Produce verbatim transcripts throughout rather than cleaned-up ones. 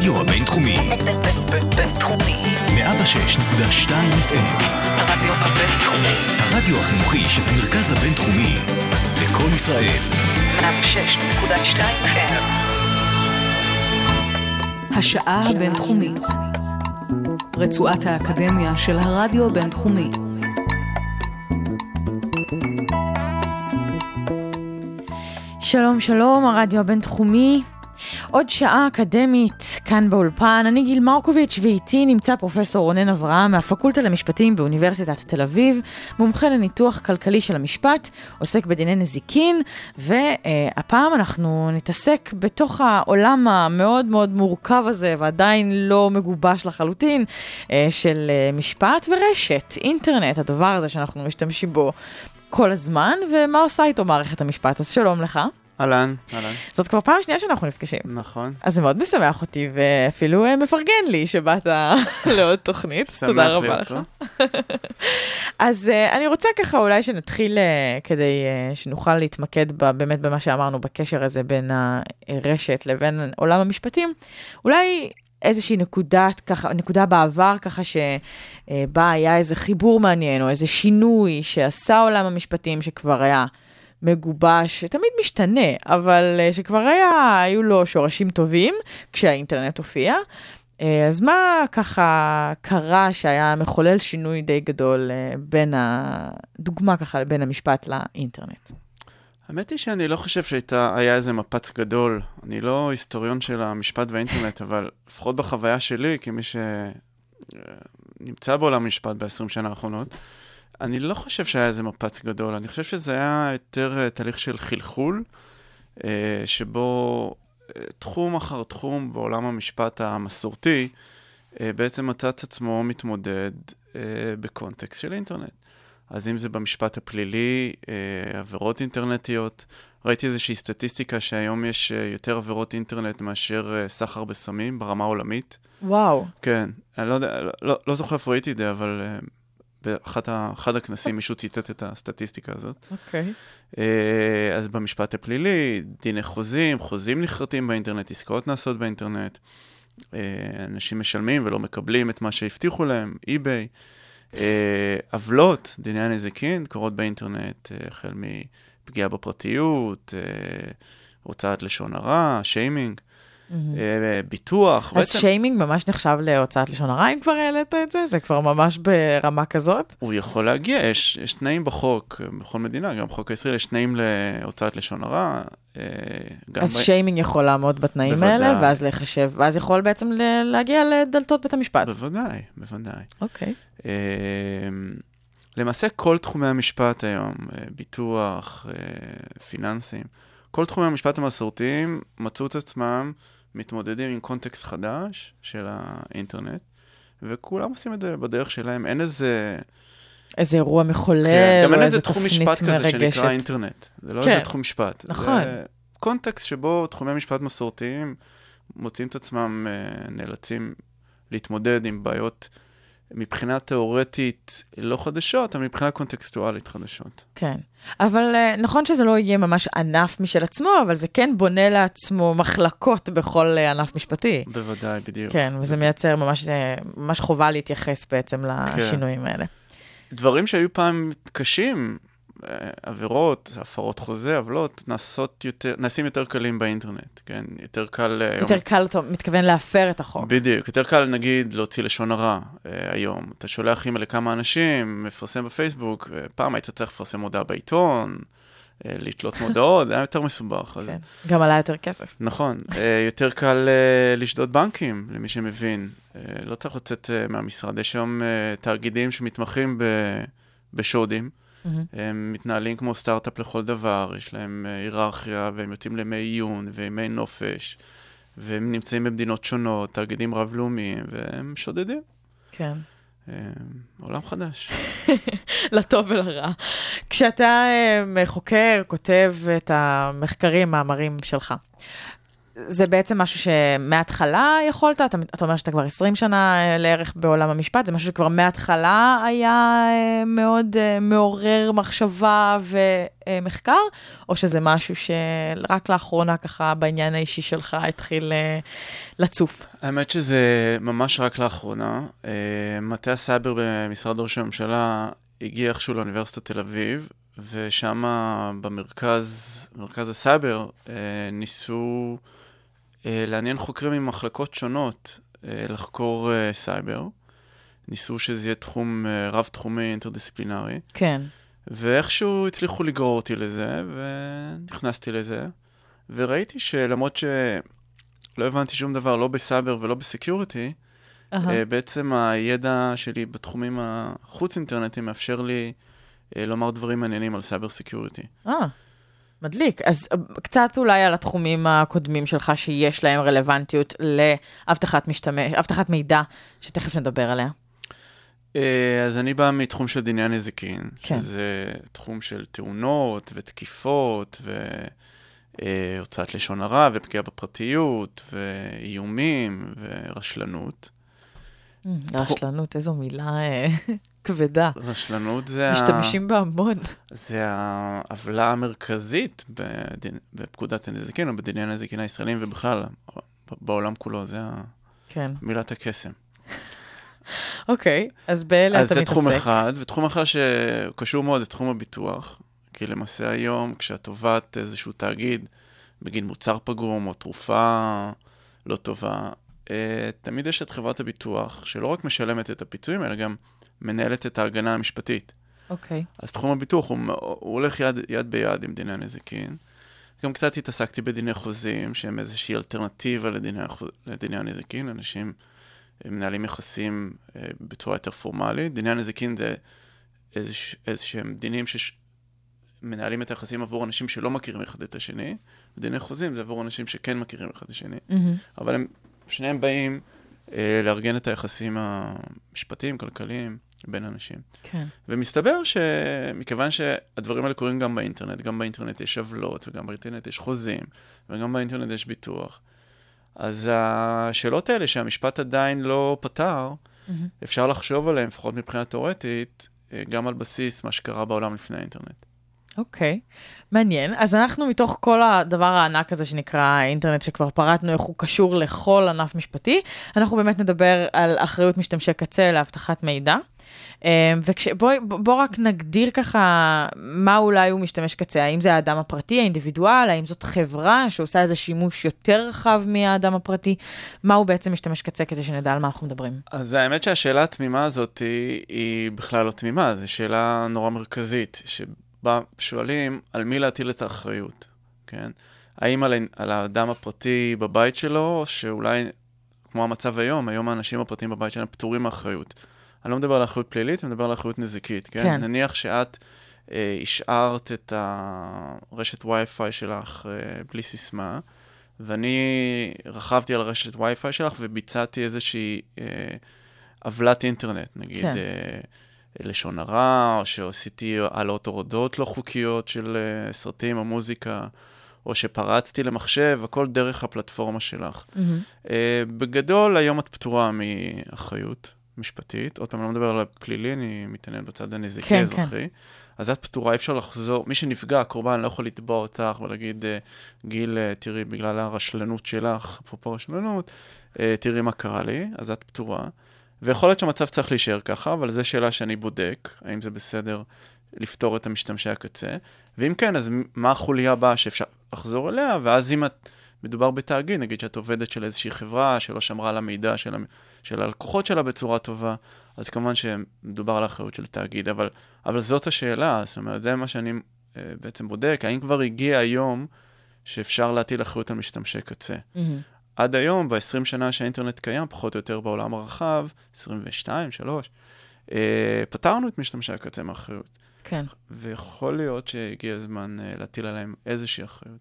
הרדיו הבינתחומי. בינתחומי. מאה ושש נקודה שתיים אף אם. הרדיו הבינתחומי. הרדיו החינוכי של המרכז הבינתחומי. לכל ישראל. מאה ושש נקודה שתיים אף אם. השעה הבינתחומית. רצועת האקדמיה של הרדיו הבינתחומי. שלום שלום, הרדיו הבינתחומי. עוד שעה אקדמית כאן באולפן. אני גיל מרקוביץ' ואיתי נמצא פרופסור רונן אברהם מהפקולטה למשפטים באוניברסיטת תל אביב, מומחה לניתוח כלכלי של המשפט, עוסק בדיני נזיקין, והפעם אנחנו נתעסק בתוך העולם המאוד מאוד מורכב הזה ועדיין לא מגובש לחלוטין של משפט ורשת, אינטרנט, הדבר הזה שאנחנו משתמשים בו כל הזמן, ומה עושה איתו מערכת המשפט. אז שלום לך. אהלן, אהלן. זאת כבר פעם שנייה שאנחנו נפגשים. נכון. אז זה מאוד משמח אותי, ואפילו מפרגן לי שבאת לעוד תוכנית. תודה רבה לך. אז אני רוצה ככה אולי שנתחיל כדי שנוכל להתמקד באמת במה שאמרנו בקשר הזה בין הרשת לבין עולם המשפטים. אולי איזושהי נקודת, ככה, נקודה בעבר ככה שבה היה איזה חיבור מעניין או איזה שינוי שעשה עולם המשפטים שכבר היה מגובש, תמיד משתנה, אבל שכבר היה, היו לו שורשים טובים כשהאינטרנט הופיע. אז מה ככה קרה שהיה מחולל שינוי די גדול בין הדוגמה ככה בין המשפט לאינטרנט? האמת היא שאני לא חושב שהיה איזה מפץ גדול. אני לא היסטוריון של המשפט והאינטרנט, אבל לפחות בחוויה שלי, כמי שנמצא בעולם המשפט ב-עשרים שנה האחרונות, אני לא חושב שהיה איזה מפץ גדול. אני חושב שזה היה יותר תהליך של חלחול, שבו תחום אחר תחום בעולם המשפט המסורתי, בעצם מצא את עצמו מתמודד בקונטקסט של אינטרנט. אז אם זה במשפט הפלילי, עבירות אינטרנטיות, ראיתי איזושהי סטטיסטיקה שהיום יש יותר עבירות אינטרנט מאשר סחר בסמים ברמה עולמית. וואו. כן, אני לא יודע, לא, לא זוכר איפה ראיתי את זה, אבל באחד אחד הכנסים מישהו ציטט את הסטטיסטיקה הזאת. אוקיי. אז במשפט הפלילי, דיני חוזים, חוזים נחרטים באינטרנט, עסקאות נעשות באינטרנט, אנשים משלמים ולא מקבלים את מה שהבטיחו להם, אי-ביי. עוולות, דיני הנזיקין, קורות באינטרנט, החל מפגיעה בפרטיות, הוצאת לשון הרע, שיימינג, ביטוח. אז שיימינג ממש נחשב להוצאת לשון הרע, אם כבר העלית את זה? זה כבר ממש ברמה כזאת? הוא יכול להגיע, יש, יש תנאים בחוק, בכל מדינה, גם בחוק הישראלי, יש תנאים להוצאת לשון הרע. אז שיימינג יכול לעמוד בתנאים האלה, ואז לחשב, ואז יכול בעצם להגיע לדלתות בית המשפט. בוודאי, בוודאי. אוקיי. למעשה כל תחומי המשפט היום, ביטוח, פיננסים, כל תחומי המשפט המסורתיים מצאו את עצמם מתמודדים עם קונטקסט חדש של האינטרנט, וכולם עושים את זה בדרך שלהם. אין איזה... איזה אירוע מחולל, כן, גם אין איזה איזה תחום משפט כזה שנקרא אינטרנט. זה לא כן. איזה תחום משפט. נכון. זה קונטקסט שבו תחומי משפט מסורתיים מוצאים את עצמם, נאלצים להתמודד עם בעיות מבחינה תיאורטית לא חדשות, אבל מבחינה קונטקסטואלית חדשות. כן. אבל נכון שזה לא יהיה ממש ענף משל עצמו, אבל זה כן בונה לעצמו מחלקות בכל ענף משפטי. בוודאי, בדיוק. כן, וזה מייצר ממש, ממש חובה להתייחס בעצם לשינויים האלה. דברים שהיו פעם קשים, עבירות, הפרות חוזה, עוולות, נעשות יותר, נעשים יותר קלים באינטרנט, כן? יותר קל... יותר היום... קל, אתה מתכוון להפר את החוק. בדיוק, יותר קל נגיד להוציא לשון הרע היום. אתה שולח אימייל לכמה אנשים, מפרסם בפייסבוק, פעם היית צריך לפרסם מודעה בעיתון, לתלות מודעות, זה היה יותר מסובך. כן, אז... גם עלה יותר כסף. נכון, יותר קל לשדוד בנקים, למי שמבין. לא צריך לצאת מהמשרד, יש שם תאגידים שמתמחים ב... בשודים, הם מתנהלים כמו סטארט-אפ לכל דבר, יש להם היררכיה, והם יוצאים לימי עיון וימי נופש, והם נמצאים במדינות שונות, תאגידים רב-לאומיים, והם שודדים. כן. עולם חדש. לטוב ולרע. כשאתה חוקר, כותב את המחקרים, מאמרים שלך, זה בעצם משהו שמההתחלה יכולת, אתה, אתה אומר שאתה כבר עשרים שנה לערך בעולם המשפט, זה משהו שכבר מההתחלה היה מאוד מעורר מחשבה ומחקר, או שזה משהו שרק לאחרונה ככה בעניין האישי שלך התחיל לצוף? האמת שזה ממש רק לאחרונה. מטה הסייבר במשרד ראש הממשלה הגיע איכשהו לאוניברסיטת תל אביב, ושם במרכז, מרכז הסייבר, ניסו לעניין חוקרים ממחלקות שונות לחקור סייבר. ניסו שזה יהיה תחום רב-תחומי, אינטרדיסציפלינרי. כן. ואיכשהו הצליחו לגרור אותי לזה, ונכנסתי לזה, וראיתי שלמרות שלא הבנתי שום דבר, לא בסייבר ולא בסקיוריטי, uh-huh. בעצם הידע שלי בתחומים החוץ-אינטרנטיים מאפשר לי לומר דברים מעניינים על סייבר סקיוריטי. אה, מדליק. אז קצת אולי על התחומים הקודמים שלך שיש להם רלוונטיות להבטחת משתמש, הבטחת מידע, שתכף נדבר עליה. אז אני בא מתחום של דיני הנזיקין, כן. שזה תחום של תאונות ותקיפות והוצאת לשון הרע ופגיעה בפרטיות ואיומים ורשלנות. רשלנות, איזו מילה כבדה. רשלנות זה... משתמשים בה המון. זה העוולה המרכזית בפקודת הנזיקין או בדיני הנזיקין הישראלים ובכלל בעולם כולו, זה מילת הקסם. אוקיי, אז באלה אתה מתעסק. אז זה תחום אחד, ותחום אחר שקשור מאוד, זה תחום הביטוח, כי למעשה היום, כשאת תובעת איזשהו תאגיד, בגין מוצר פגום או תרופה לא טובה, תמיד יש את חברת הביטוח, שלא רק משלמת את הפיצויים, אלא גם מנהלת את ההגנה המשפטית. אוקיי. אז תחום הביטוח הוא, הוא הולך יד, יד ביד עם דיני הנזיקין. גם קצת התעסקתי בדיני חוזים, שהם איזושהי אלטרנטיבה לדיני, לדיני הנזיקין, אנשים מנהלים יחסים אה, בצורה יותר פורמלית. דיני הנזיקין זה איזוש, איזשהם דינים שמנהלים את היחסים עבור אנשים שלא מכירים אחד את השני, ודיני חוזים זה עבור אנשים שכן מכירים אחד את השני. Mm-hmm. אבל הם, שניהם באים אה, לארגן את היחסים המשפטיים, כלכליים, בין אנשים. כן. ומסתבר שמכיוון שהדברים האלה קורים גם באינטרנט, גם באינטרנט יש עוולות, וגם באינטרנט יש חוזים, וגם באינטרנט יש ביטוח, אז השאלות האלה שהמשפט עדיין לא פתר, mm-hmm. אפשר לחשוב עליהן, לפחות מבחינה תיאורטית, גם על בסיס מה שקרה בעולם לפני האינטרנט. אוקיי, okay. מעניין. אז אנחנו מתוך כל הדבר הענק הזה שנקרא האינטרנט, שכבר פרטנו איך הוא קשור לכל ענף משפטי, אנחנו באמת נדבר על אחריות משתמשי קצה להבטחת מידע. ובוא בוא רק נגדיר ככה מה אולי הוא משתמש קצה, האם זה האדם הפרטי, האינדיבידואל, האם זאת חברה שעושה איזה שימוש יותר רחב מהאדם הפרטי, מה הוא בעצם משתמש קצה כדי שנדע על מה אנחנו מדברים. אז האמת שהשאלה התמימה הזאת היא, היא בכלל לא תמימה, זו שאלה נורא מרכזית, שבה שואלים על מי להטיל את האחריות, כן? האם על, על האדם הפרטי בבית שלו, או שאולי כמו המצב היום, היום האנשים הפרטיים בבית שלהם פטורים מאחריות. אני לא מדבר על אחריות פלילית, אני מדבר על אחריות נזיקית, כן? כן. נניח שאת אה, השארת את הרשת וי-פיי שלך אה, בלי סיסמה, ואני רכבתי על הרשת וי-פיי שלך וביצעתי איזושהי אה, עוולת אינטרנט, נגיד כן. אה, לשון הרע, או שעשיתי העלות הורדות לא חוקיות של אה, סרטים או מוזיקה, או שפרצתי למחשב, הכל דרך הפלטפורמה שלך. Mm-hmm. אה, בגדול, היום את פטורה מאחריות. משפטית, עוד פעם אני לא מדבר על הפלילי, אני מתעניין בצד הנזיקי כן, אזרחי, כן. אז את פטורה, אי אפשר לחזור, מי שנפגע, הקורבן לא יכול לתבוע אותך ולהגיד, גיל, תראי, בגלל הרשלנות שלך, אפרופו רשלנות, תראי מה קרה לי, אז את פטורה, ויכול להיות שהמצב צריך להישאר ככה, אבל זו שאלה שאני בודק, האם זה בסדר לפתור את המשתמשי הקצה, ואם כן, אז מה החוליה הבאה שאפשר לחזור אליה, ואז אם את מדובר בתאגיד, נגיד שאת עובדת של איזושהי חברה, שלא שמרה על המידע של של הלקוחות שלה בצורה טובה, אז כמובן שמדובר על האחריות של תאגיד, אבל, אבל זאת השאלה, זאת אומרת, זה מה שאני אה, בעצם בודק, האם כבר הגיע היום שאפשר להטיל אחריות על משתמשי קצה. Mm-hmm. עד היום, ב-עשרים שנה שהאינטרנט קיים, פחות או יותר בעולם הרחב, עשרים ושתיים, שלוש, אה, פתרנו את משתמשי הקצה מאחריות. כן. ויכול להיות שהגיע הזמן אה, להטיל עליהם איזושהי אחריות.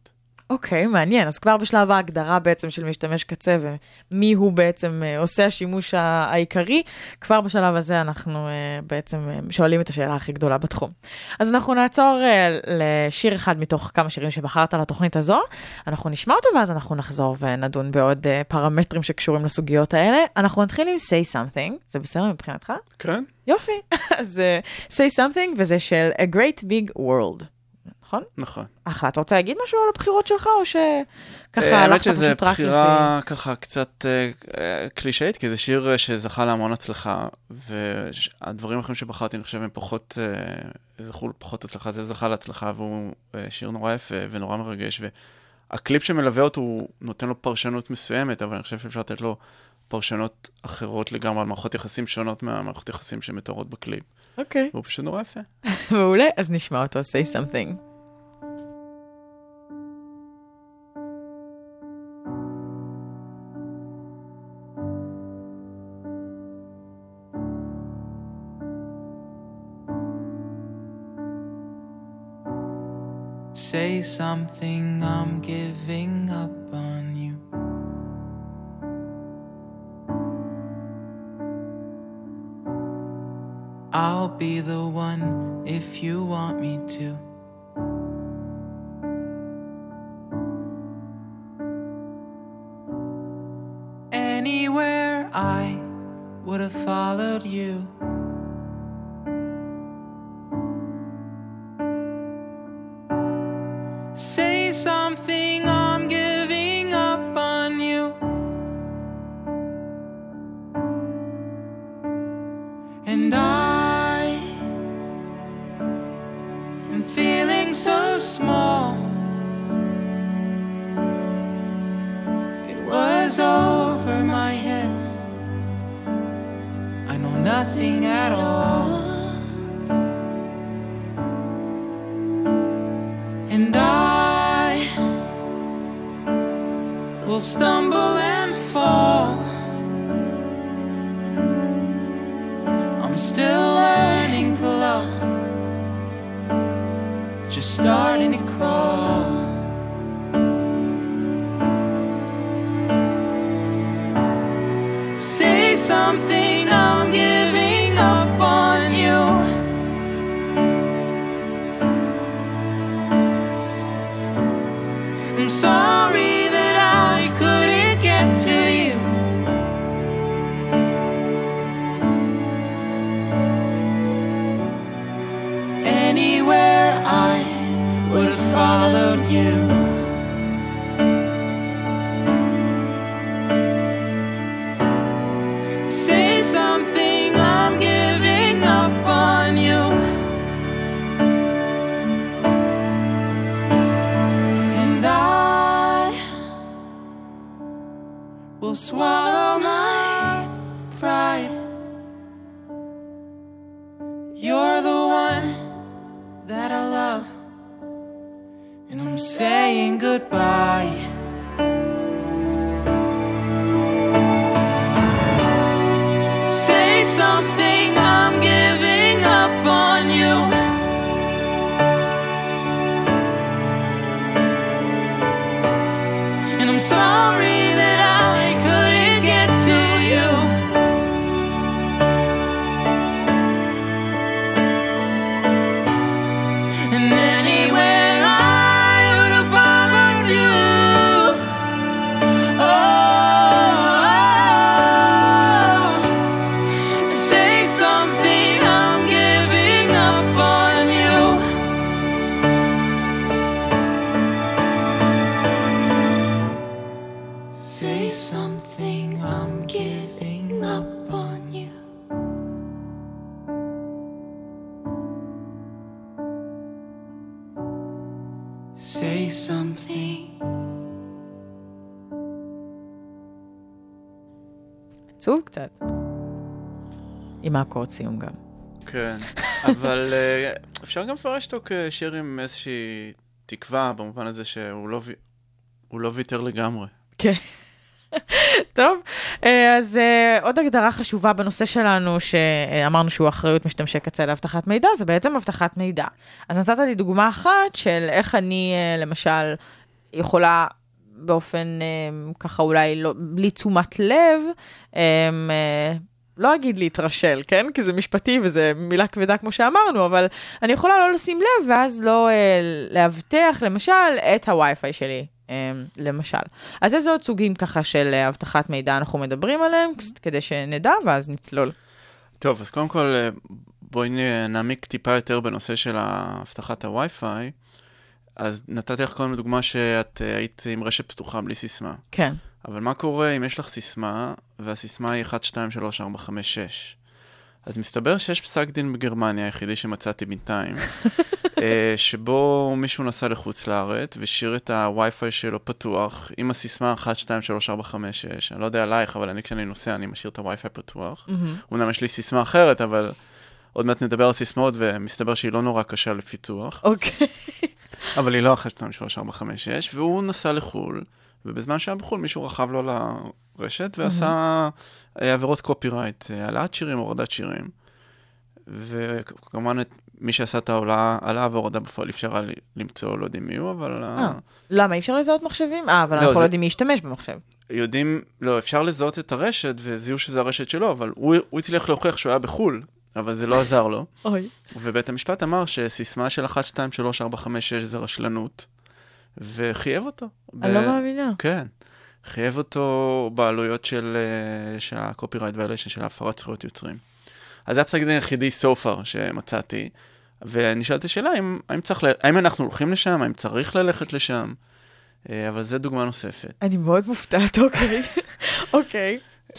אוקיי, מעניין. אז כבר בשלב ההגדרה בעצם של משתמש קצה, ומי הוא בעצם עושה השימוש העיקרי, כבר בשלב הזה אנחנו בעצם שואלים את השאלה הכי גדולה בתחום. אז אנחנו נעצור לשיר אחד מתוך כמה שירים שבחרת על התוכנית הזו, אנחנו נשמע אותו ואז אנחנו נחזור ונדון בעוד פרמטרים שקשורים לסוגיות האלה. אנחנו נתחיל עם Say Something, זה בסדר מבחינתך? כן. יופי. אז Say Something, וזה של A Great Big World. נכון? נכון. אחלה, אתה רוצה להגיד משהו על הבחירות שלך, או שככה הלכת האמת שזו פשוט רק בחירה לפי... ככה קצת קלישאית, כי זה שיר שזכה להמון הצלחה, והדברים האחרים שבחרתי, אני חושב, הם פחות, זכו פחות הצלחה, זה זכה להצלחה, והוא שיר נורא יפה ונורא מרגש, והקליפ שמלווה אותו, הוא נותן לו פרשנות מסוימת, אבל אני חושב שאפשר לתת לו פרשנות אחרות לגמרי, על מערכות יחסים שונות מהמערכות יחסים שמתוארות בקליפ. אוקיי. והוא פשוט נורא יפה. מעולה, אז נשמע אותו, Say Something. Say something, I'm giving up on you. I'll be the one if you want me to. Anywhere I would have followed you. Say something, I'm giving up on you. And I am feeling so small. It was over my head. I know nothing at all. And I will stumble and fall. I'm still learning to love, just starting to crawl. Say something, I'm giving up on you. I'm sorry that I couldn't get to you. Anywhere I would have followed you. Say something, I'm giving up on you. And I will swallow my pride. You're the one that I love, and I'm saying goodbye. Say something, I'm giving up on you. And I'm sorry that I couldn't get to you. And anywhere I would have followed you. Oh, say something, I'm giving up on you. Say something, I'm giving up on you. Say something. עצוב קצת. עם האקורד סיום גם. כן, אבל uh, אפשר גם לפרש אותו כשיר עם איזושהי תקווה, במובן הזה שהוא לא, הוא לא ויתר לגמרי. כן. טוב, אז עוד הגדרה חשובה בנושא שלנו, שאמרנו שהוא אחריות משתמשי קצה להבטחת מידע, זה בעצם הבטחת מידע. אז נתת לי דוגמה אחת של איך אני, למשל, יכולה באופן ככה אולי לא, בלי תשומת לב, לא אגיד להתרשל, כן? כי זה משפטי וזה מילה כבדה כמו שאמרנו, אבל אני יכולה לא לשים לב ואז לא להבטח למשל את הווי-פיי שלי. למשל. אז איזה עוד סוגים ככה של הבטחת מידע אנחנו מדברים עליהם, כדי שנדע ואז נצלול. טוב, אז קודם כל בואי נעמיק טיפה יותר בנושא של הבטחת הווי-פיי. אז נתתי לך קודם דוגמה שאת היית עם רשת פתוחה בלי סיסמה. כן. אבל מה קורה אם יש לך סיסמה, והסיסמה היא אחת, שתיים, שלוש, ארבע, חמש, שש? אז מסתבר שיש פסק דין בגרמניה, היחידי שמצאתי בינתיים, שבו מישהו נסע לחוץ לארץ, ושאיר את הווי-פיי שלו פתוח, עם הסיסמה אחת, שתיים, שלוש, ארבע, חמש, שש. אני לא יודע עלייך, אבל אני כשאני נוסע, אני משאיר את הווי-פיי פתוח. אומנם יש לי סיסמה אחרת, אבל עוד מעט נדבר על סיסמאות, ומסתבר שהיא לא נורא קשה לפיתוח. אוקיי. אבל היא לא אחת, שתיים, שלוש, ארבע, חמש, שש, והוא נסע לחול, ובזמן שהיה בחול מישהו רכב לו לרשת, ועשה עבירות קופירייט, העלאת שירים, הורדת שירים. וכמובן, מי שעשה את העלה והורדה בפועל, אפשר למצוא, לא יודעים מי הוא, אבל... למה? אי אפשר לזהות מחשבים? אה, אבל אנחנו לא יודעים מי ישתמש במחשב. יודעים, לא, אפשר לזהות את הרשת, וזיהו שזה הרשת שלו, אבל הוא הצליח להוכיח שהוא היה בחול, אבל זה לא עזר לו. אוי. ובית המשפט אמר שסיסמה של אחת, שתיים, שלוש, ארבע, חמש, שש זה רשלנות, וחייב אותו. אני לא מאמינה. כן. חייב אותו בעלויות של הקופירייט והלשן של ההפרת זכויות יוצרים. אז זה הפסק דין היחידי so far שמצאתי, ואני שאלתי שאלה, האם, האם, צריך, האם אנחנו הולכים לשם, האם צריך ללכת לשם, אבל זו דוגמה נוספת. אני מאוד מופתעת, אוקיי. אוקיי.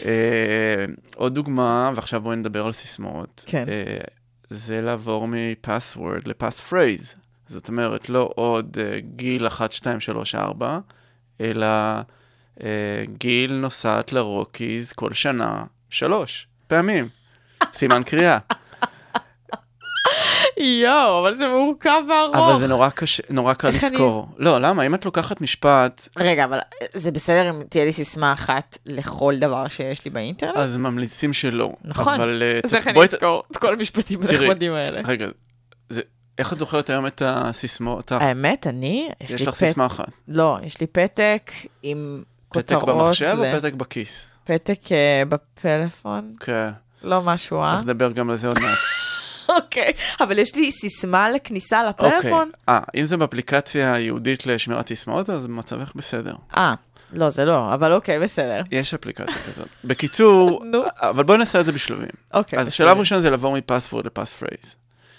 עוד דוגמה, ועכשיו בואי נדבר על סיסמאות. כן. זה לעבור מפסוורד לפס פרייז. זאת אומרת, לא עוד גיל אחת, שתיים, שלוש, ארבע, אלא גיל נוסעת לרוקיז כל שנה, שלוש פעמים. סימן קריאה. יואו, אבל זה מורכב וארוך. אבל זה נורא קשה, נורא קל לזכור. אני... לא, למה? אם את לוקחת משפט... רגע, אבל זה בסדר אם תהיה לי סיסמה אחת לכל דבר שיש לי באינטרנט? אז ממליצים שלא. נכון. אבל... אז איך אני אזכור את כל המשפטים הנחמדים האלה? רגע, זה... איך את זוכרת היום את הסיסמאות? האמת, אני... יש לך סיסמה אחת. לא, יש לי פתק עם כותרות... פתק במחשב או פתק בכיס? פתק בפלאפון. כן. לא משהו, אה? צריך לדבר גם לזה עוד מעט. אוקיי, אבל יש לי סיסמה לכניסה לפלאפון. אה, אם זה באפליקציה ייעודית לשמירת סיסמאות, אז מצבך בסדר. אה, לא, זה לא, אבל אוקיי, בסדר. יש אפליקציה כזאת. בקיצור, אבל בואו נעשה את זה בשלבים. אוקיי. אז השלב ראשון זה לעבור מפסוורד לפס פרייז.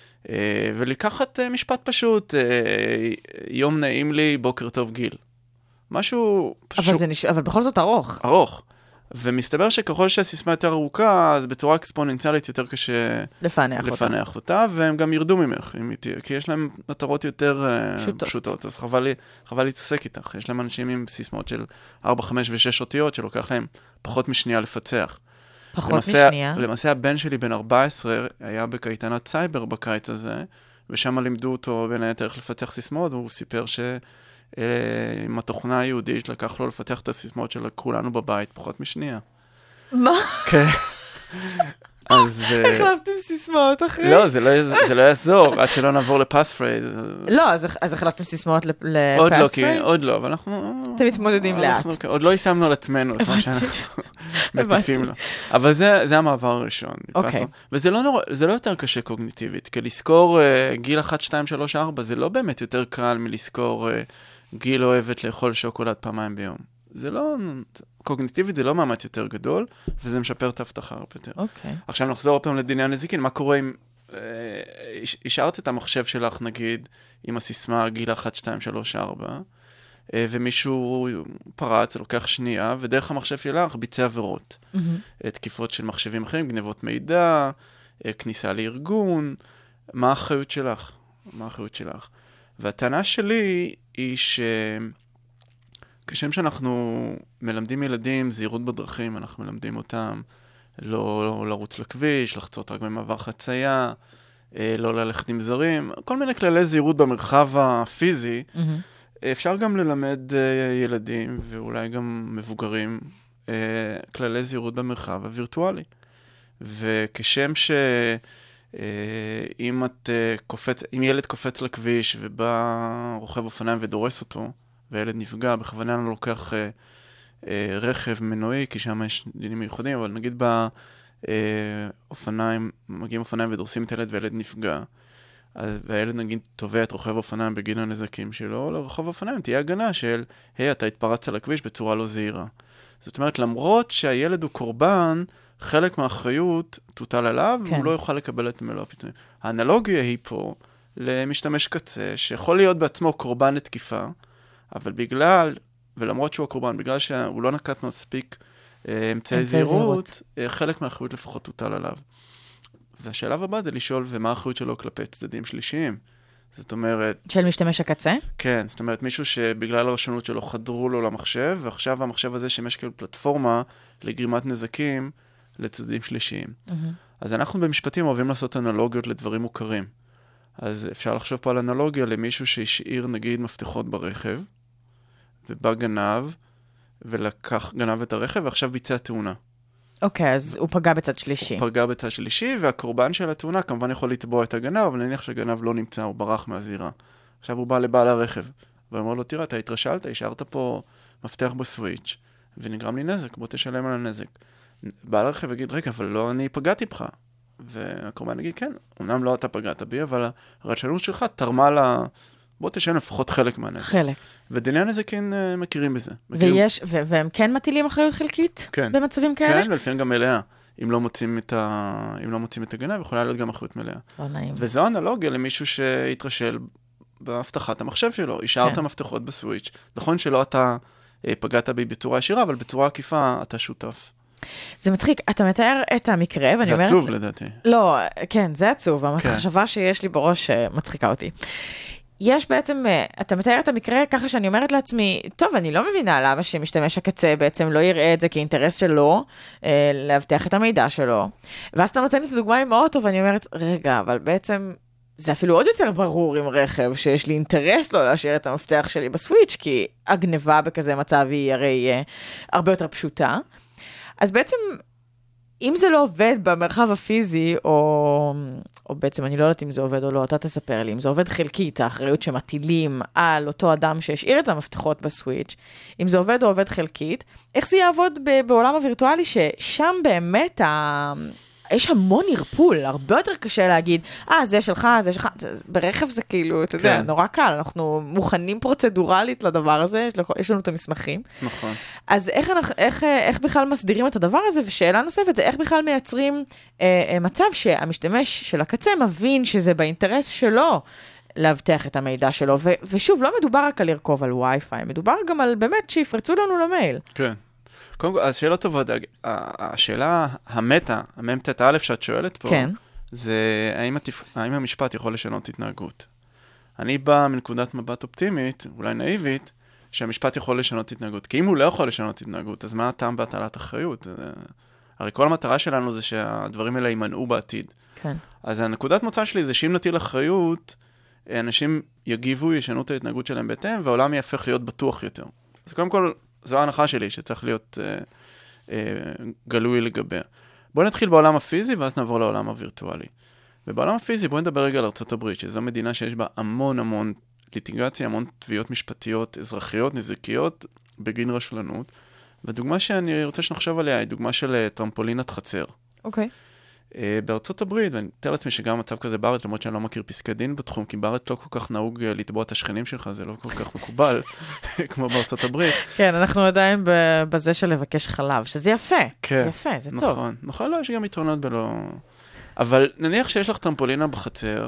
ולקחת משפט פשוט, יום נעים לי, בוקר טוב גיל. משהו פשוט. אבל בכל זאת ארוך. ארוך. ומסתבר שככל שהסיסמה יותר ארוכה, אז בצורה אקספוננציאלית יותר קשה לפענח, לפענח אותה. אותה, והם גם ירדו ממך, כי יש להם מטרות יותר פשוטות. פשוטות, אז חבל לי, חבל להתעסק איתך. יש להם אנשים עם סיסמאות של ארבע, חמש ושש אותיות, שלוקח להם פחות משנייה לפצח. פחות למעשה, משנייה? למעשה הבן שלי בן ארבע עשרה היה בקייטנת סייבר בקיץ הזה, ושם לימדו אותו בין היתר איך לפתח סיסמאות, והוא סיפר ש... עם התוכנה היהודית, לקח לו לפתח את הסיסמאות של כולנו בבית, פחות משנייה. מה? כן. אז... החלפתם סיסמאות אחרי? לא, זה לא יעזור, עד שלא נעבור לפס פרייז. לא, אז החלפתם סיסמאות לפס עוד לא, כי עוד לא, אבל אנחנו... אתם מתמודדים לאט. עוד לא יישמנו על עצמנו את מה שאנחנו מטיפים לו. אבל זה המעבר הראשון. אוקיי. וזה לא יותר קשה קוגניטיבית, כי לזכור גיל אחת, שתיים, שלוש, ארבע, זה לא באמת יותר קל מלזכור... גיל אוהבת לאכול שוקולד פעמיים ביום. זה לא, קוגניטיבית זה לא מאמץ יותר גדול, וזה משפר את ההבטחה הרבה יותר. אוקיי. עכשיו נחזור פעם לדיני הנזיקין, מה קורה אם אה, השארת את המחשב שלך, נגיד, עם הסיסמה גיל אחת, שתיים, שלוש, ארבע, אה, ומישהו פרץ, לוקח שנייה, ודרך המחשב שלך ביצע עבירות. Mm-hmm. תקיפות של מחשבים אחרים, גנבות מידע, אה, כניסה לארגון, מה האחריות שלך? מה האחריות שלך? והטענה שלי היא שכשם שאנחנו מלמדים ילדים זהירות בדרכים, אנחנו מלמדים אותם לא, לא לרוץ לכביש, לחצות רק במעבר חצייה, לא ללכת עם זרים, כל מיני כללי זהירות במרחב הפיזי, mm-hmm. אפשר גם ללמד ילדים ואולי גם מבוגרים כללי זהירות במרחב הווירטואלי. וכשם ש... אם את קופץ, אם ילד קופץ לכביש ובא רוכב אופניים ודורס אותו, והילד נפגע, בכוונה אני לוקח אה, אה, רכב מנועי, כי שם יש דינים מיוחדים, אבל נגיד באופניים, מגיעים אופניים ודורסים את הילד והילד נפגע, אז, והילד נגיד תובע את רוכב אופניים בגין הנזקים שלו, לרוכב אופניים תהיה הגנה של, היי, אתה התפרצת לכביש בצורה לא זהירה. זאת אומרת, למרות שהילד הוא קורבן, חלק מהאחריות תוטל עליו, כן. והוא לא יוכל לקבל את מלוא הפיצויים. האנלוגיה היא פה למשתמש קצה, שיכול להיות בעצמו קורבן לתקיפה, אבל בגלל, ולמרות שהוא הקורבן, בגלל שהוא לא נקט מספיק אה, אמצעי זהירות, אה, חלק מהאחריות לפחות תוטל עליו. והשלב הבא זה לשאול, ומה האחריות שלו כלפי צדדים שלישיים? זאת אומרת... של משתמש הקצה? כן, זאת אומרת, מישהו שבגלל הרשנות שלו חדרו לו למחשב, ועכשיו המחשב הזה שמש כאילו פלטפורמה לגרימת נזקים לצדדים שלישיים. Mm-hmm. אז אנחנו במשפטים אוהבים לעשות אנלוגיות לדברים מוכרים. אז אפשר לחשוב פה על אנלוגיה למישהו שהשאיר נגיד מפתחות ברכב, ובא גנב, ולקח גנב את הרכב, ועכשיו ביצע תאונה. אוקיי, okay, אז הוא פגע בצד שלישי. הוא פגע בצד שלישי, והקורבן של התאונה כמובן יכול לתבוע את הגנב, אבל נניח שהגנב לא נמצא, הוא ברח מהזירה. עכשיו הוא בא לבעל הרכב, ואומר לו, תראה, אתה התרשלת, השארת פה מפתח בסוויץ', ונגרם לי נזק, בוא תשלם על הנזק. בעל הרכב יגיד, רגע, אבל לא אני פגעתי בך. והקורבן יגיד, כן, אמנם לא אתה פגעת בי, אבל הרשלנות שלך תרמה לה... בוא תשלם לפחות חלק מהנזק. חלק. ודיני הנזקים uh, מכירים בזה. ויש, ו- והם כן מטילים אחריות חלקית? כן. במצבים כאלה? כן, ולפעמים גם מלאה. אם לא מוצאים את ה... אם לא מוצאים את הגנב, יכולה להיות גם אחריות מלאה. לא נעים. וזו אנלוגיה למישהו שהתרשל בהבטחת המחשב שלו. השארת כן. מפתחות בסוויץ'. נכון שלא אתה אה, פגעת בי בצורה ישירה, אבל בצורה עקיפה אתה שותף. זה מצחיק, אתה מתאר את המקרה, ואני זה אומרת... עצוב לדעתי. לא, כן, זה עצוב. כן. המחשבה שיש לי בראש מצחיקה אותי. יש בעצם, אתה מתאר את המקרה ככה שאני אומרת לעצמי, טוב, אני לא מבינה למה שמשתמש הקצה בעצם לא יראה את זה כאינטרס שלו, אה, להבטיח את המידע שלו. ואז אתה נותן לי את הדוגמה עם האוטו, ואני אומרת, רגע, אבל בעצם זה אפילו עוד יותר ברור עם רכב, שיש לי אינטרס לא להשאיר את המפתח שלי בסוויץ', כי הגניבה בכזה מצב היא הרי אה, הרבה יותר פשוטה. אז בעצם... אם זה לא עובד במרחב הפיזי, או, או בעצם אני לא יודעת אם זה עובד או לא, אתה תספר לי, אם זה עובד חלקית, האחריות שמטילים על אותו אדם שהשאיר את המפתחות בסוויץ', אם זה עובד או עובד חלקית, איך זה יעבוד בעולם הווירטואלי, ששם באמת ה... יש המון ערפול, הרבה יותר קשה להגיד, אה, זה שלך, זה שלך, ברכב זה כאילו, אתה יודע, נורא קל, אנחנו מוכנים פרוצדורלית לדבר הזה, יש לנו את המסמכים. נכון. אז איך, איך, איך בכלל מסדירים את הדבר הזה, ושאלה נוספת, זה איך בכלל מייצרים אה, מצב שהמשתמש של הקצה מבין שזה באינטרס שלו, להבטח את המידע שלו, ו, ושוב, לא מדובר רק על לרכוב על וי-פיי, מדובר גם על באמת שיפרצו לנו למייל. כן. קודם כל, השאלה טובה, השאלה המטה, הממתת א' שאת שואלת פה, כן. זה האם, התפ... האם המשפט יכול לשנות התנהגות. אני בא מנקודת מבט אופטימית, אולי נאיבית, שהמשפט יכול לשנות התנהגות. כי אם הוא לא יכול לשנות התנהגות, אז מה הטעם בהטלת אחריות? הרי כל המטרה שלנו זה שהדברים האלה יימנעו בעתיד. כן. אז הנקודת מוצא שלי זה שאם נטיל אחריות, אנשים יגיבו, ישנו את ההתנהגות שלהם בהתאם, והעולם יהפך להיות בטוח יותר. אז קודם כל, זו ההנחה שלי, שצריך להיות אה, אה, גלוי לגביה. בואו נתחיל בעולם הפיזי, ואז נעבור לעולם הווירטואלי. ובעולם הפיזי, בואו נדבר רגע על ארצות הברית, שזו מדינה שיש בה המון המון ליטיגציה, המון תביעות משפטיות, אזרחיות, נזיקיות, בגין רשלנות. והדוגמה שאני רוצה שנחשוב עליה, היא דוגמה של טרמפולינת חצר. אוקיי. Okay. בארצות הברית, ואני מתאר לעצמי שגם מצב כזה בארץ, למרות שאני לא מכיר פסקי דין בתחום, כי בארץ לא כל כך נהוג לתבוע את השכנים שלך, זה לא כל כך מקובל, כמו בארצות הברית. כן, אנחנו עדיין בזה של לבקש חלב, שזה יפה. כן. יפה, זה נכון, טוב. נכון, נכון, לא, יש גם יתרונות בלא... אבל נניח שיש לך טרמפולינה בחצר,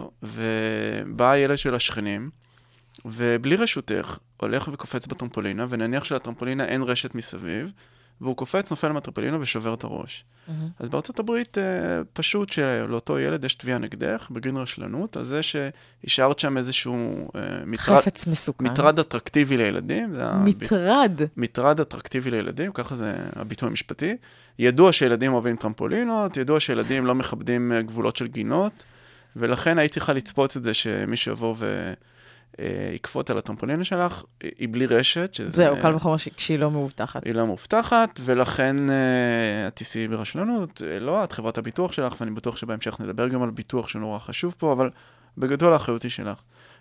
ובא הילד של השכנים, ובלי רשותך, הולך וקופץ בטרמפולינה, ונניח שלטרמפולינה אין רשת מסביב, והוא קופץ, נופל מהטרמפולינה ושובר את הראש. Mm-hmm. אז בארצות הברית פשוט שלאותו ילד יש תביעה נגדך, בגין רשלנות, אז זה שהשארת שם איזשהו מטרד, חפץ מסוכן. מטרד אטרקטיבי לילדים. מטרד? הביט... מטרד אטרקטיבי לילדים, ככה זה הביטוי המשפטי. ידוע שילדים אוהבים טרמפולינות, ידוע שילדים לא מכבדים גבולות של גינות, ולכן הייתי צריכה לצפות את זה שמי שיבוא ו... יקפות על הטרמפולינה שלך, היא בלי רשת. שזה... זהו, קל וחומר שהיא לא מאובטחת. היא לא מאובטחת, ולכן את תיסעי ברשלנות, לא את חברת הביטוח שלך, ואני בטוח שבהמשך נדבר גם על ביטוח שנורא חשוב פה, אבל בגדול האחריות היא שלך.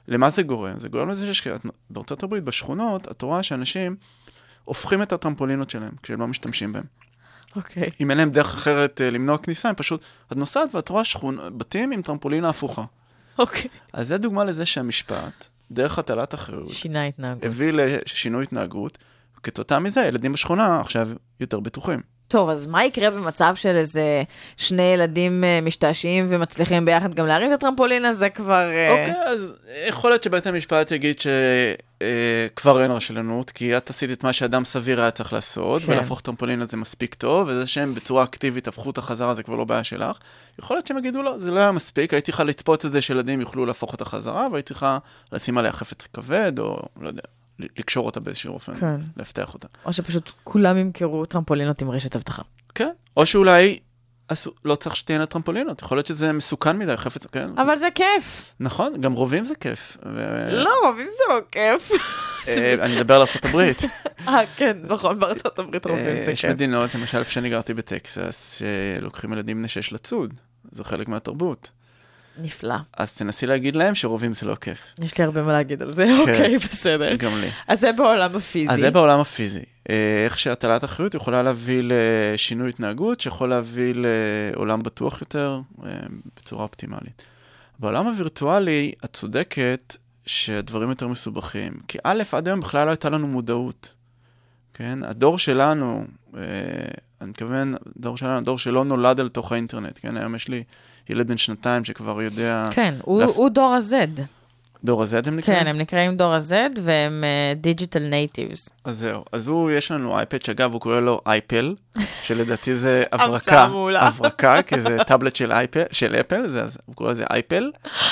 למה זה גורם? זה גורם לזה שבארצות הברית, בשכונות, את רואה שאנשים הופכים את הטרמפולינות שלהם, כשהם לא משתמשים בהם. אוקיי. אם אין להם דרך אחרת למנוע כניסה, הם פשוט, את נוסעת ואת רואה שכון, בתים עם טרמפולינה הפוכה. אוקיי. אז זה דוגמה לזה שהמשפט, דרך הטלת אחריות, שינה התנהגות. הביא לשינוי התנהגות, וכתוצאה מזה, ילדים בשכונה עכשיו יותר בטוחים. טוב, אז מה יקרה במצב של איזה שני ילדים משתעשיים ומצליחים ביחד גם להרים את הטרמפולינה? זה כבר... אוקיי, אז יכול להיות שבית המשפט יגיד שכבר אין רשלנות, כי את עשית את מה שאדם סביר היה צריך לעשות, ולהפוך טרמפולינה זה מספיק טוב, וזה שהם בצורה אקטיבית הפכו את החזרה, זה כבר לא בעיה שלך. יכול להיות שהם יגידו לו, זה לא היה מספיק, הייתי צריכה לצפות את זה שילדים יוכלו להפוך את החזרה, והייתי צריכה לשים עליה חפץ כבד, או לא יודע. לקשור אותה באיזשהו אופן, כן. להפתח אותה. או שפשוט כולם ימכרו טרמפולינות עם רשת הבטחה. כן, או שאולי לא צריך שתהיינה טרמפולינות, יכול להיות שזה מסוכן מדי, חפץ, כן. אבל זה כיף. נכון, גם רובים זה כיף. ו... לא, רובים זה לא כיף. אני מדבר על ארצות הברית. אה, כן, נכון, בארצות הברית רובים זה כיף. יש מדינות, למשל, איפה שאני גרתי בטקסס, שלוקחים ילדים בני שש לצוד. זה חלק מהתרבות. נפלא. אז תנסי להגיד להם שרובים זה לא כיף. יש לי הרבה מה להגיד על זה, אוקיי, בסדר. גם לי. אז זה בעולם הפיזי. אז זה בעולם הפיזי. איך שהטלת אחריות יכולה להביא לשינוי התנהגות, שיכול להביא לעולם בטוח יותר, בצורה אופטימלית. בעולם הווירטואלי, את צודקת שהדברים יותר מסובכים. כי א', עד היום בכלל לא הייתה לנו מודעות. כן? הדור שלנו, אני מתכוון, הדור שלנו, הדור שלא נולד על תוך האינטרנט. כן? היום יש לי ילד בן שנתיים שכבר יודע... כן, הוא, להפ... הוא דור ה-Z. דור ה-Z הם נקראים? כן, הם נקראים דור ה-Z, והם דיג'יטל uh, נייטיבס. אז זהו. אז הוא, יש לנו אייפד, שאגב, הוא קורא לו אייפל, שלדעתי זה הברקה. הברקה, כי זה טאבלט של, אייפל, של אפל, זה, הוא קורא לזה אייפל,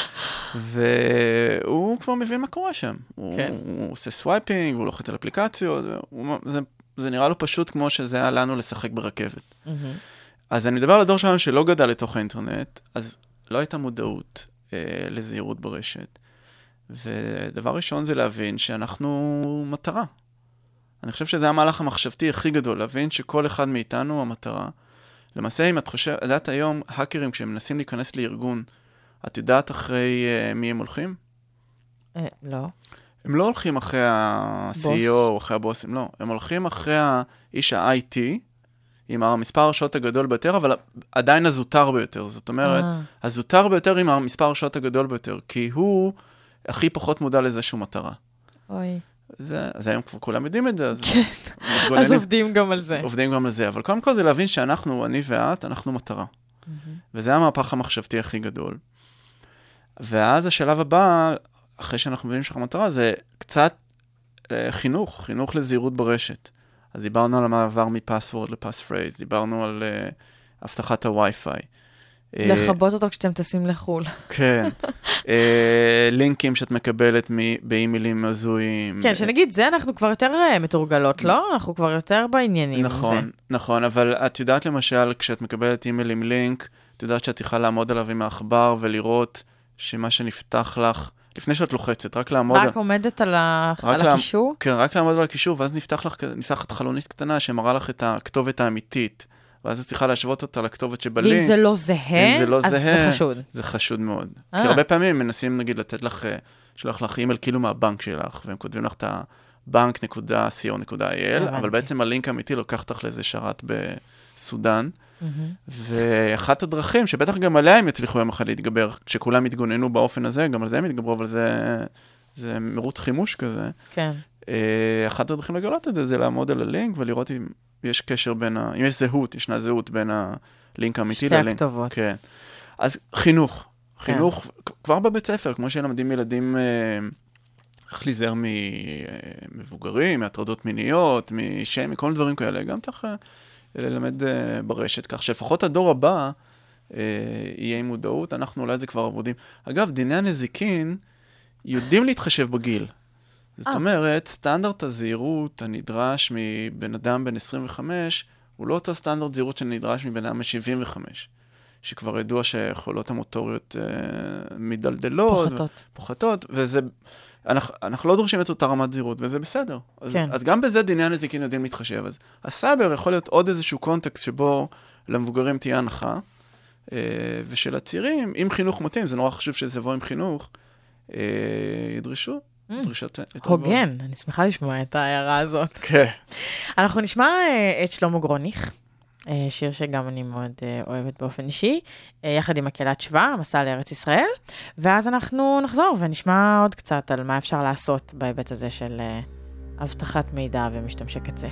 והוא כבר מבין מה קורה שם. הוא, כן. הוא עושה סווייפינג, הוא לוחץ על אפליקציות, הוא, זה, זה נראה לו פשוט כמו שזה היה לנו לשחק ברכבת. Mm-hmm. אז אני מדבר על הדור שלנו שלא גדל לתוך האינטרנט, אז לא הייתה מודעות אה, לזהירות ברשת. ודבר ראשון זה להבין שאנחנו מטרה. אני חושב שזה המהלך המחשבתי הכי גדול, להבין שכל אחד מאיתנו המטרה. למעשה, אם את חושבת, יודעת היום, האקרים, כשהם מנסים להיכנס לארגון, את יודעת אחרי אה, מי הם הולכים? אה, לא. הם לא הולכים אחרי ה-סי אי או או אחרי הבוסים, לא. הם הולכים אחרי האיש ה-איי טי, עם המספר השעות הגדול ביותר, אבל עדיין הזוטר ביותר. זאת אומרת, הזוטר ביותר עם המספר השעות הגדול ביותר, כי הוא הכי פחות מודע לזה שהוא מטרה. אוי. זה, אז היום כבר כולם יודעים את זה. אז, כן. אז עובדים גם על זה. עובדים גם על זה, אבל קודם כל זה להבין שאנחנו, אני ואת, אנחנו מטרה. וזה המהפך המחשבתי הכי גדול. ואז השלב הבא, אחרי שאנחנו מבינים שאנחנו מטרה, זה קצת חינוך, חינוך לזהירות ברשת. אז דיברנו על המעבר מפסוורד לפספרייז, דיברנו על uh, הבטחת הווי-פיי. לחבות אותו כשאתם טסים לחול. כן. uh, לינקים שאת מקבלת באימיילים הזויים. כן, שנגיד, זה אנחנו כבר יותר מתורגלות, לא? אנחנו כבר יותר בעניינים. נכון, נכון, אבל את יודעת למשל, כשאת מקבלת אימייל עם לינק, את יודעת שאת צריכה לעמוד עליו עם העכבר ולראות שמה שנפתח לך, לפני שאת לוחצת, רק לעמוד... רק עומדת על הקישור? כן, רק לעמוד על הקישור, ואז נפתחת חלונית קטנה שמראה לך את הכתובת האמיתית, ואז את צריכה להשוות אותה לכתובת שבלינק. ואם זה לא זהה, אז זה חשוד. זה חשוד מאוד. כי הרבה פעמים מנסים, נגיד, לתת לך, שלוח לך אימייל כאילו מהבנק שלך, והם כותבים לך את הבנק נקודה סי או נקודה איי אל, אבל בעצם הלינק האמיתי לוקח אותך לאיזה שרת בסודן, ואחת הדרכים, שבטח גם עליה הם יצליחו יום אחד להתגבר, כשכולם יתגוננו באופן הזה, גם על זה הם יתגברו, אבל זה, זה מרוץ חימוש כזה. כן. אחת הדרכים לגלות את זה, זה לעמוד על הלינק, ולראות אם יש קשר בין ה... אם יש זהות, ישנה זהות בין הלינק האמיתי ללינק. שתי הכתובות. כן. אז חינוך. חינוך, כן. כבר בבית ספר, כמו שלמדים ילדים, איך להיזהר ממבוגרים, מהטרדות מיניות, משם, מכל דברים כאלה, גם צריך... ללמד uh, ברשת, כך שלפחות הדור הבא uh, יהיה עם מודעות, אנחנו אולי זה כבר עבודים. אגב, דיני הנזיקין יודעים להתחשב בגיל. זאת oh. אומרת, סטנדרט הזהירות הנדרש מבן אדם בן עשרים וחמש, הוא לא אותו סטנדרט זהירות שנדרש מבן אדם שבעים וחמש, שכבר ידוע שיכולות המוטוריות uh, מדלדלות, פוחתות. פוחתות, וזה... אנחנו, אנחנו לא דורשים את אותה רמת זהירות, וזה בסדר. אז, כן. אז גם בזה דיני הנזיקין יודעים להתחשב. אז הסייבר יכול להיות עוד איזשהו קונטקסט שבו למבוגרים תהיה הנחה, אה, ושל הצעירים, עם חינוך מתאים, זה נורא חשוב שזה יבוא עם חינוך, ידרשו. הוגן, אני שמחה לשמוע את ההערה הזאת. כן. אנחנו נשמע את שלמה גרוניך, שיר שגם אני מאוד אוהבת באופן אישי, יחד עם מקהלת שבא, המסע לארץ ישראל, ואז אנחנו נחזור ונשמע עוד קצת על מה אפשר לעשות בהיבט הזה של הבטחת מידע ומשתמשי קצה.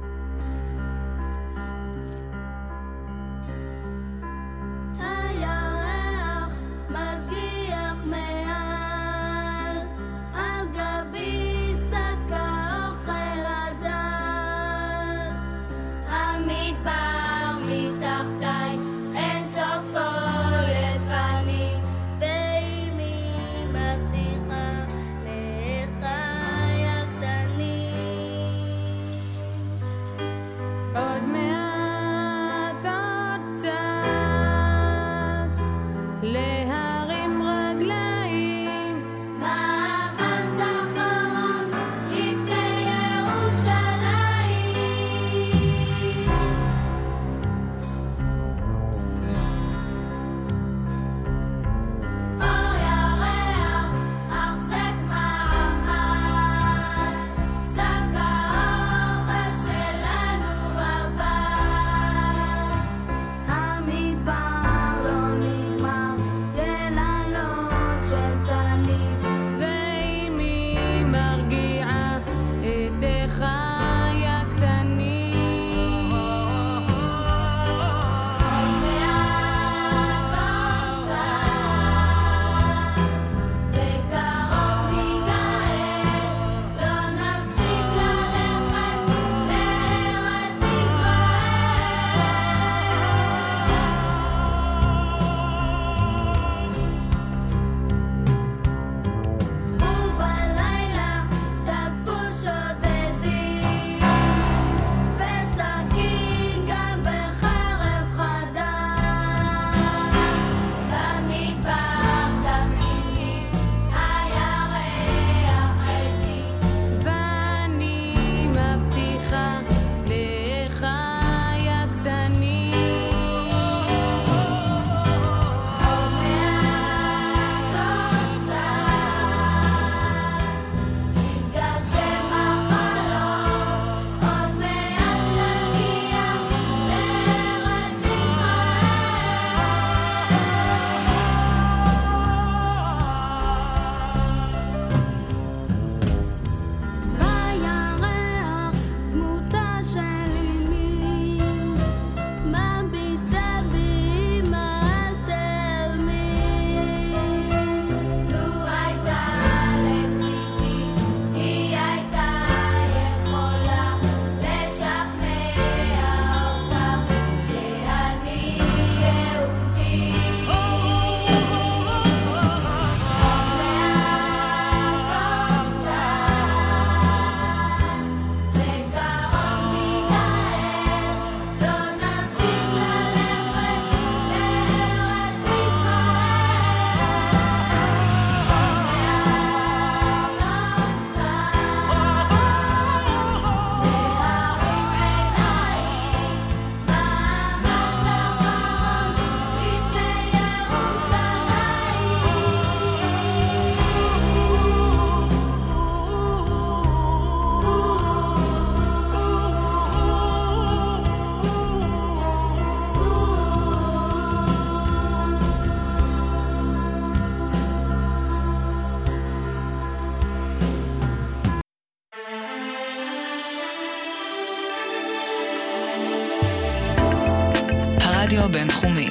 הרדיו הבינתחומי.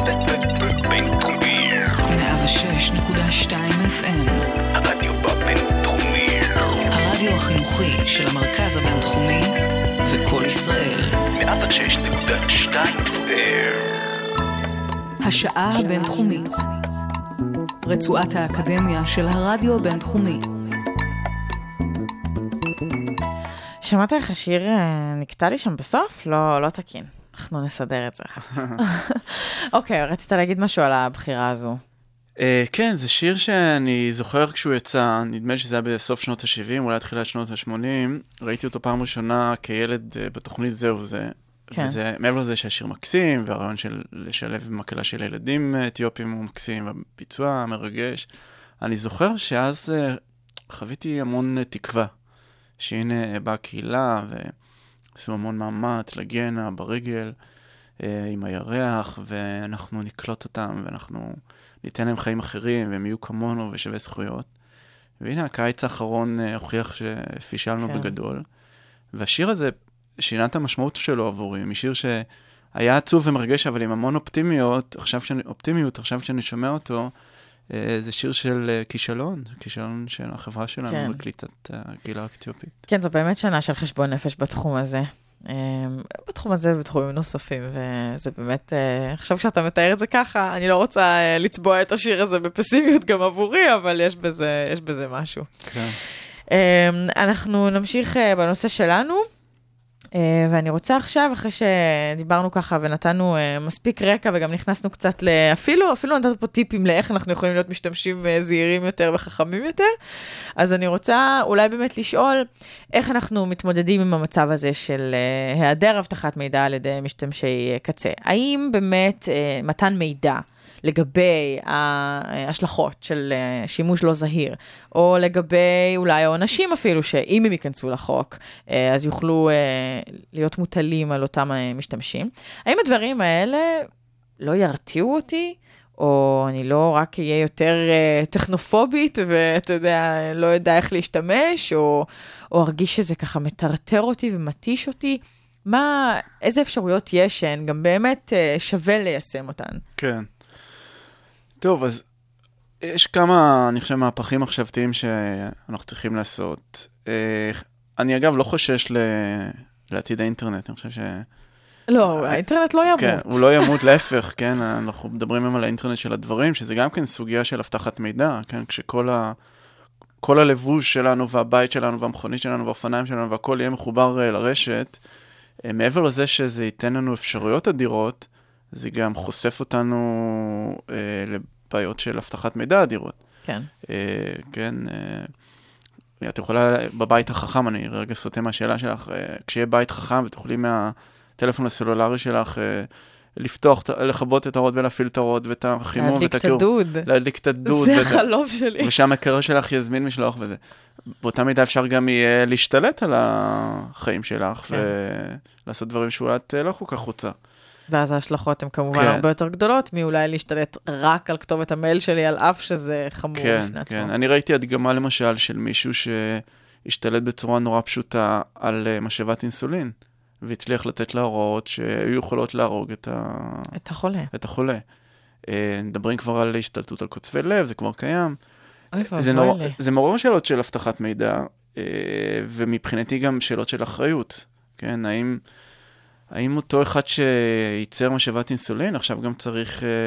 בינתחומי. מאה ושש נקודה שתיים אף אם. הרדיו הבינתחומי. הרדיו החינוכי של המרכז הבינתחומי זה כל ישראל. מאה ושש נקודה שתיים אף אם. השעה הבינתחומית. רצועת האקדמיה של הרדיו הבינתחומי. שמעת איך השיר נקטע לי שם בסוף? לא, לא תקין. אנחנו נסדר את זה. אוקיי, רצית להגיד משהו על הבחירה הזו. כן, זה שיר שאני זוכר כשהוא יצא, נדמה שזה היה בסוף שנות ה-שבעים, אולי תחילת שנות ה-שמונים, ראיתי אותו פעם ראשונה כילד בתוכנית זהו זה. וזה, מעבר לזה שהשיר מקסים, והרעיון של לשלב מקהלה של ילדים אתיופים הוא מקסים, והביצוע מרגש, אני זוכר שאז חוויתי המון תקווה, שהנה באה קהילה, ועשו המון מאמץ לגנה ברגל, עם הירח, ואנחנו נקלוט אותם, ואנחנו ניתן להם חיים אחרים, והם יהיו כמונו ושווה זכויות. והנה, הקיץ האחרון הוכיח שפישלנו כן. בגדול, והשיר הזה שינה את המשמעות שלו עבורי, משיר שהיה עצוב ומרגש, אבל עם המון אופטימיות, עכשיו שאני, אופטימיות, עכשיו שאני שומע אותו, זה שיר של כישלון, כישלון של החברה שלנו כן. בקליטת הקהילה האתיופית. כן, זו באמת שנה של חשבון נפש בתחום הזה. בתחום הזה ובתחומים נוספים, וזה באמת, עכשיו כשאתה מתאר את זה ככה, אני לא רוצה לצבוע את השיר הזה בפסימיות גם עבורי, אבל יש בזה, יש בזה משהו. כן. אנחנו נמשיך בנושא שלנו, ואני רוצה עכשיו, אחרי שדיברנו ככה ונתנו מספיק רקע וגם נכנסנו קצת אפילו, אפילו נתנו פה טיפים לאיך אנחנו יכולים להיות משתמשים זהירים יותר וחכמים יותר, אז אני רוצה אולי באמת לשאול איך אנחנו מתמודדים עם המצב הזה של היעדר הבטחת מידע על ידי משתמשי קצה. האם באמת מתן מידע לגבי ההשלכות של שימוש לא זהיר, או לגבי אולי העונשים אפילו, שאם הם ייכנסו לחוק, אז יוכלו להיות מוטלים על אותם משתמשים. האם הדברים האלה לא ירתיעו אותי, או אני לא רק אהיה יותר טכנופובית, ואתה יודע, לא יודע איך להשתמש, או, או ארגיש שזה ככה מטרטר אותי ומתיש אותי? מה, איזה אפשרויות יש שהן גם באמת שווה ליישם אותן? כן. טוב, אז יש כמה, אני חושב, מהפכים מחשבתיים שאנחנו צריכים לעשות. אני אגב לא חושש לעתיד האינטרנט, אני חושב ש... לא, האינטרנט לא ימות. כן, הוא לא ימות, להפך, כן, אנחנו מדברים היום על האינטרנט של הדברים, שזה גם כן סוגיה של הבטחת מידע, כן, כשכל ה... כל הלבוש שלנו והבית שלנו והמכונית שלנו והאופניים שלנו והכל יהיה מחובר לרשת, מעבר לזה שזה ייתן לנו אפשרויות אדירות, זה גם חושף אותנו אה, לבעיות של הבטחת מידע אדירות. כן. אה, כן. אה, את יכולה, בבית החכם, אני רגע סוטה מהשאלה שלך, אה, כשיהיה בית חכם ותוכלי מהטלפון הסלולרי שלך אה, לפתוח, לכבות את הרוד ולהפעיל את הרוד ואת החימום ואת הקירור. להדליק את הדוד. להדליק את הדוד. זה החלום שלי. ושהמקרר שלך יזמין משלוח וזה. באותה מידה אפשר גם יהיה להשתלט על החיים שלך כן. ולעשות דברים שאולי את לא כל כך רוצה. ואז ההשלכות הן כמובן כן. הרבה יותר גדולות, מאולי להשתלט רק על כתובת המייל שלי, על אף שזה חמור כן, לפני עצמו. כן, אני ראיתי הדגמה למשל של מישהו שהשתלט בצורה נורא פשוטה על משאבת אינסולין, והצליח לתת לה הוראות שהיו יכולות להרוג את, ה... את החולה. את החולה. מדברים כבר על השתלטות על קוצבי לב, זה כבר קיים. אוי זה, נור... זה מעורר שאלות של הבטחת מידע, ומבחינתי גם שאלות של אחריות. כן, האם... האם אותו אחד שייצר משאבת אינסולין, עכשיו גם צריך אה,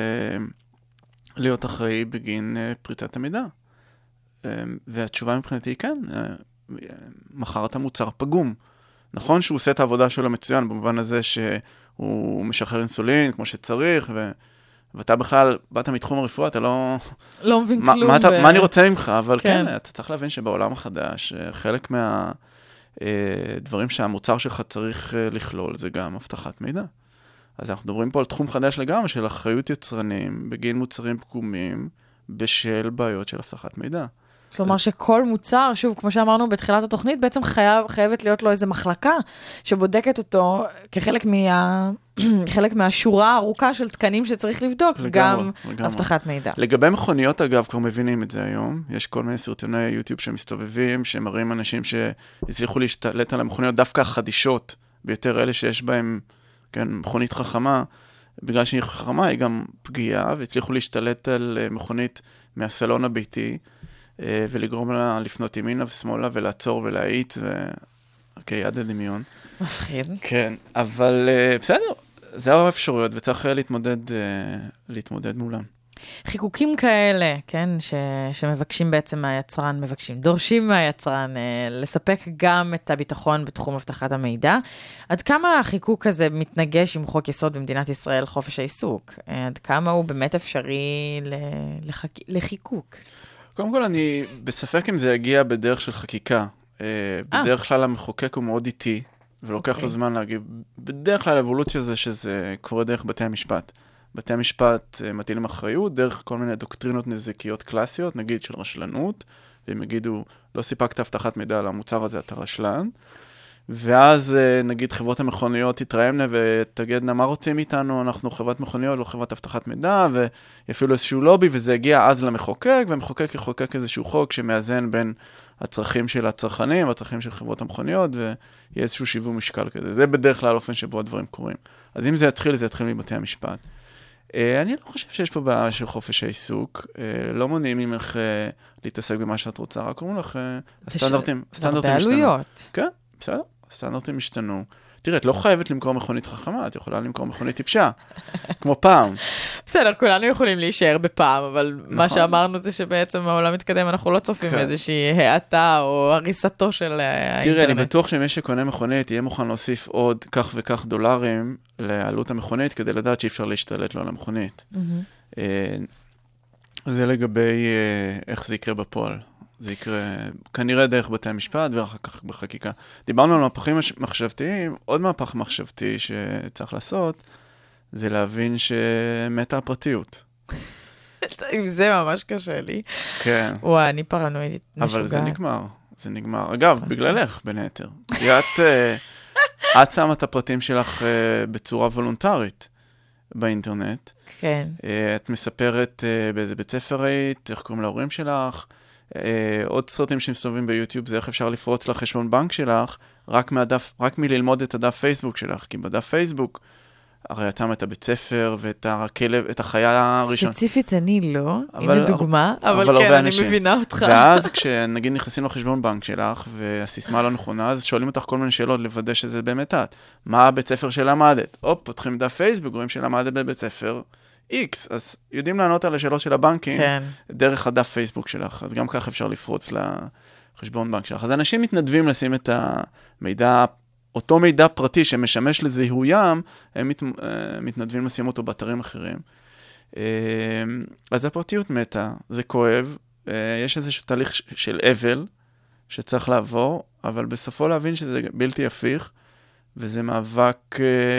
להיות אחראי בגין אה, פריצת המידע? אה, והתשובה מבחינתי היא כן, אה, מחר את המוצר פגום. נכון שהוא עושה את העבודה שלו מצוין, במובן הזה שהוא משחרר אינסולין כמו שצריך, ו... ואתה בכלל, באת מתחום הרפואה, אתה לא... לא מבין מה, כלום. מה, ו... אתה, מה אני רוצה ממך? אבל כן, כן אתה צריך להבין שבעולם החדש, חלק מה... דברים שהמוצר שלך צריך לכלול, זה גם הבטחת מידע. אז אנחנו מדברים פה על תחום חדש לגמרי של אחריות יצרנים בגין מוצרים פגומים בשל בעיות של הבטחת מידע. כלומר שכל מוצר, שוב, כמו שאמרנו בתחילת התוכנית, בעצם חייב, חייבת להיות לו איזו מחלקה שבודקת אותו כחלק מה... חלק מהשורה הארוכה של תקנים שצריך לבדוק, לגמרי, גם לגמרי. הבטחת מידע. לגבי מכוניות, אגב, כבר מבינים את זה היום. יש כל מיני סרטוני יוטיוב שמסתובבים, שמראים אנשים שהצליחו להשתלט על המכוניות, דווקא החדישות, ביותר אלה שיש בהם, כן, מכונית חכמה, בגלל שהיא חכמה, היא גם פגיעה, והצליחו להשתלט על מכונית מהסלון הביתי, ולגרום לה לפנות ימינה ושמאלה, ולעצור ולהאיץ, אוקיי, יד הדמיון. מפחיד. כן, אבל בסדר, זה האפשרויות, וצריך להתמודד, להתמודד מולם. חיקוקים כאלה, כן, ש, שמבקשים בעצם מהיצרן, מבקשים, דורשים מהיצרן לספק גם את הביטחון בתחום הבטחת המידע. עד כמה החיקוק הזה מתנגש עם חוק יסוד במדינת ישראל, חופש העיסוק? עד כמה הוא באמת אפשרי לחק... לחיקוק? קודם כל, אני בספק אם זה יגיע בדרך של חקיקה. בדרך כלל המחוקק הוא מאוד איטי, ולוקח לו זמן להגיב. בדרך כלל האבולוציה זה שזה קורה דרך בתי המשפט. בתי המשפט מטילים אחריות דרך כל מיני דוקטרינות נזיקיות קלאסיות, נגיד של רשלנות, והם יגידו, לא סיפקת הבטחת מידע על המוצר הזה, אתה רשלן. ואז נגיד חברות המכוניות תתראמנה ותגדנה מה רוצים איתנו, אנחנו חברת מכוניות, לא חברת הבטחת מידע, ויפעילו איזשהו לובי, וזה הגיע אז למחוקק, והמחוקק יחוקק איזשהו חוק שמאזן בין הצרכים של הצרכנים, והצרכים של חברות המכוניות, ויהיה איזשהו שיווי משקל כזה. זה בדרך כלל אופן שבו הדברים קורים. אז אם זה יתחיל, זה יתחיל מבתי המשפט. אני לא חושב שיש פה בעיה של חופש העיסוק, לא מונעים ממך להתעסק במה שאת רוצה, רק אומרים לך, הסטנדרטים, הסטנדרטים השתנו. כן, בסדר, הסטנדרטים השתנו. תראה, את לא חייבת למכור מכונית חכמה, את יכולה למכור מכונית טיפשה, כמו פעם. בסדר, כולנו יכולים להישאר בפעם, אבל מה שאמרנו זה שבעצם העולם מתקדם, אנחנו לא צופים איזושהי העתה או הריסתו של האינטרנט. תראה, אני בטוח שמי שקונה מכונית יהיה מוכן להוסיף עוד כך וכך דולרים לעלות המכונית, כדי לדעת שאי אפשר להשתלט לו על המכונית. זה לגבי איך זה יקרה בפועל. זה יקרה כנראה דרך בתי המשפט ואחר כך בחקיקה. דיברנו על מהפכים מחשבתיים, עוד מהפך מחשבתי שצריך לעשות, זה להבין שמתה הפרטיות. עם זה ממש קשה לי. כן. וואי, אני פרנואידית משוגעת. אבל זה נגמר, זה נגמר. אגב, בגללך, בין היתר. את, את שמה את הפרטים שלך בצורה וולונטרית באינטרנט. כן. את מספרת באיזה בית ספר היית, איך קוראים להורים שלך, עוד סרטים שמסתובבים ביוטיוב, זה איך אפשר לפרוץ לחשבון בנק שלך, רק מהדף, רק מללמוד את הדף פייסבוק שלך, כי בדף פייסבוק, הרי אתה את הבית ספר, ואת הכלב, את החיה הראשונה. ספציפית אני לא, הנה דוגמה, אבל כן, אני מבינה אותך. ואז כשנגיד נכנסים לחשבון בנק שלך, והסיסמה לא נכונה, אז שואלים אותך כל מיני שאלות, לוודא שזה באמת את. מה הבית ספר שלמדת? הופ, פותחים דף פייסבוק, רואים שלמדת בבית ספר, X, אז יודעים לענות על השאלות של הבנקים, כן. דרך הדף פייסבוק שלך, אז גם כך אפשר לפרוץ לחשבון בנק שלך. אז אנשים מתנדבים לשים את המידע, אותו מידע פרטי שמשמש לזיהוים, הם מת, מתנדבים לשים אותו באתרים אחרים. אז הפרטיות מתה, זה כואב, יש איזשהו תהליך של אבל שצריך לעבור, אבל בסופו להבין שזה בלתי הפיך, וזה מאבק...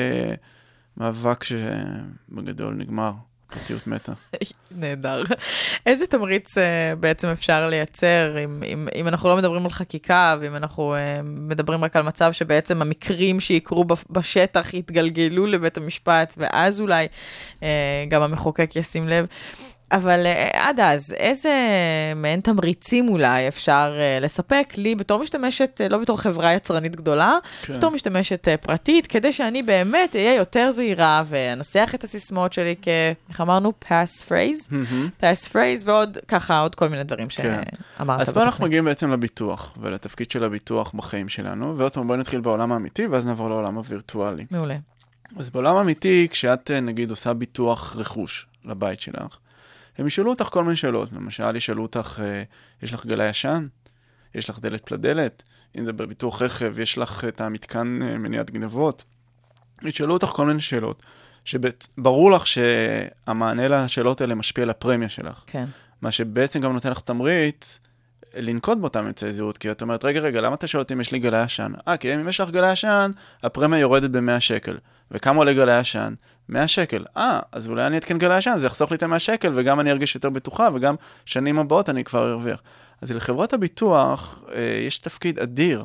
מאבק שבגדול נגמר, פרטיות מתה. נהדר. איזה תמריץ uh, בעצם אפשר לייצר, אם, אם, אם אנחנו לא מדברים על חקיקה, ואם אנחנו uh, מדברים רק על מצב שבעצם המקרים שיקרו בשטח יתגלגלו לבית המשפט, ואז אולי uh, גם המחוקק ישים לב. אבל uh, עד אז, איזה מעין תמריצים אולי אפשר uh, לספק לי בתור משתמשת, uh, לא בתור חברה יצרנית גדולה, כן. בתור משתמשת uh, פרטית, כדי שאני באמת אהיה יותר זהירה ואנסח את הסיסמאות שלי כ... איך אמרנו? pass phrase? Mm-hmm. pass phrase ועוד ככה, עוד כל מיני דברים כן. שאמרת. אז פה אנחנו מגיעים בעצם לביטוח, ולתפקיד של הביטוח בחיים שלנו, ועוד פעם בואי נתחיל בעולם האמיתי, ואז נעבור לעולם הווירטואלי. מעולה. אז בעולם האמיתי, כשאת נגיד עושה ביטוח רכוש לבית שלך, הם ישאלו אותך כל מיני שאלות, למשל ישאלו אותך, יש לך גלה ישן? יש לך דלת פלדלת? אם זה בביטוח רכב, יש לך את המתקן מניעת גנבות? ישאלו אותך כל מיני שאלות, שברור לך שהמענה לשאלות האלה משפיע על הפרמיה שלך. כן. מה שבעצם גם נותן לך תמריץ לנקוט באותם אמצעי זהירות, כי את אומרת, רגע, רגע, למה אתה שואל אותי אם יש לי גלה ישן? אה, כי אם יש לך גלה ישן, הפרמיה יורדת ב-מאה שקל. וכמה עולה גלה ישן? מאה שקל. אה, אז אולי אני אתקן גלה ישן, זה יחסוך לי את מאה שקל, וגם אני ארגיש יותר בטוחה, וגם שנים הבאות אני כבר ארוויח. אז לחברות הביטוח אה, יש תפקיד אדיר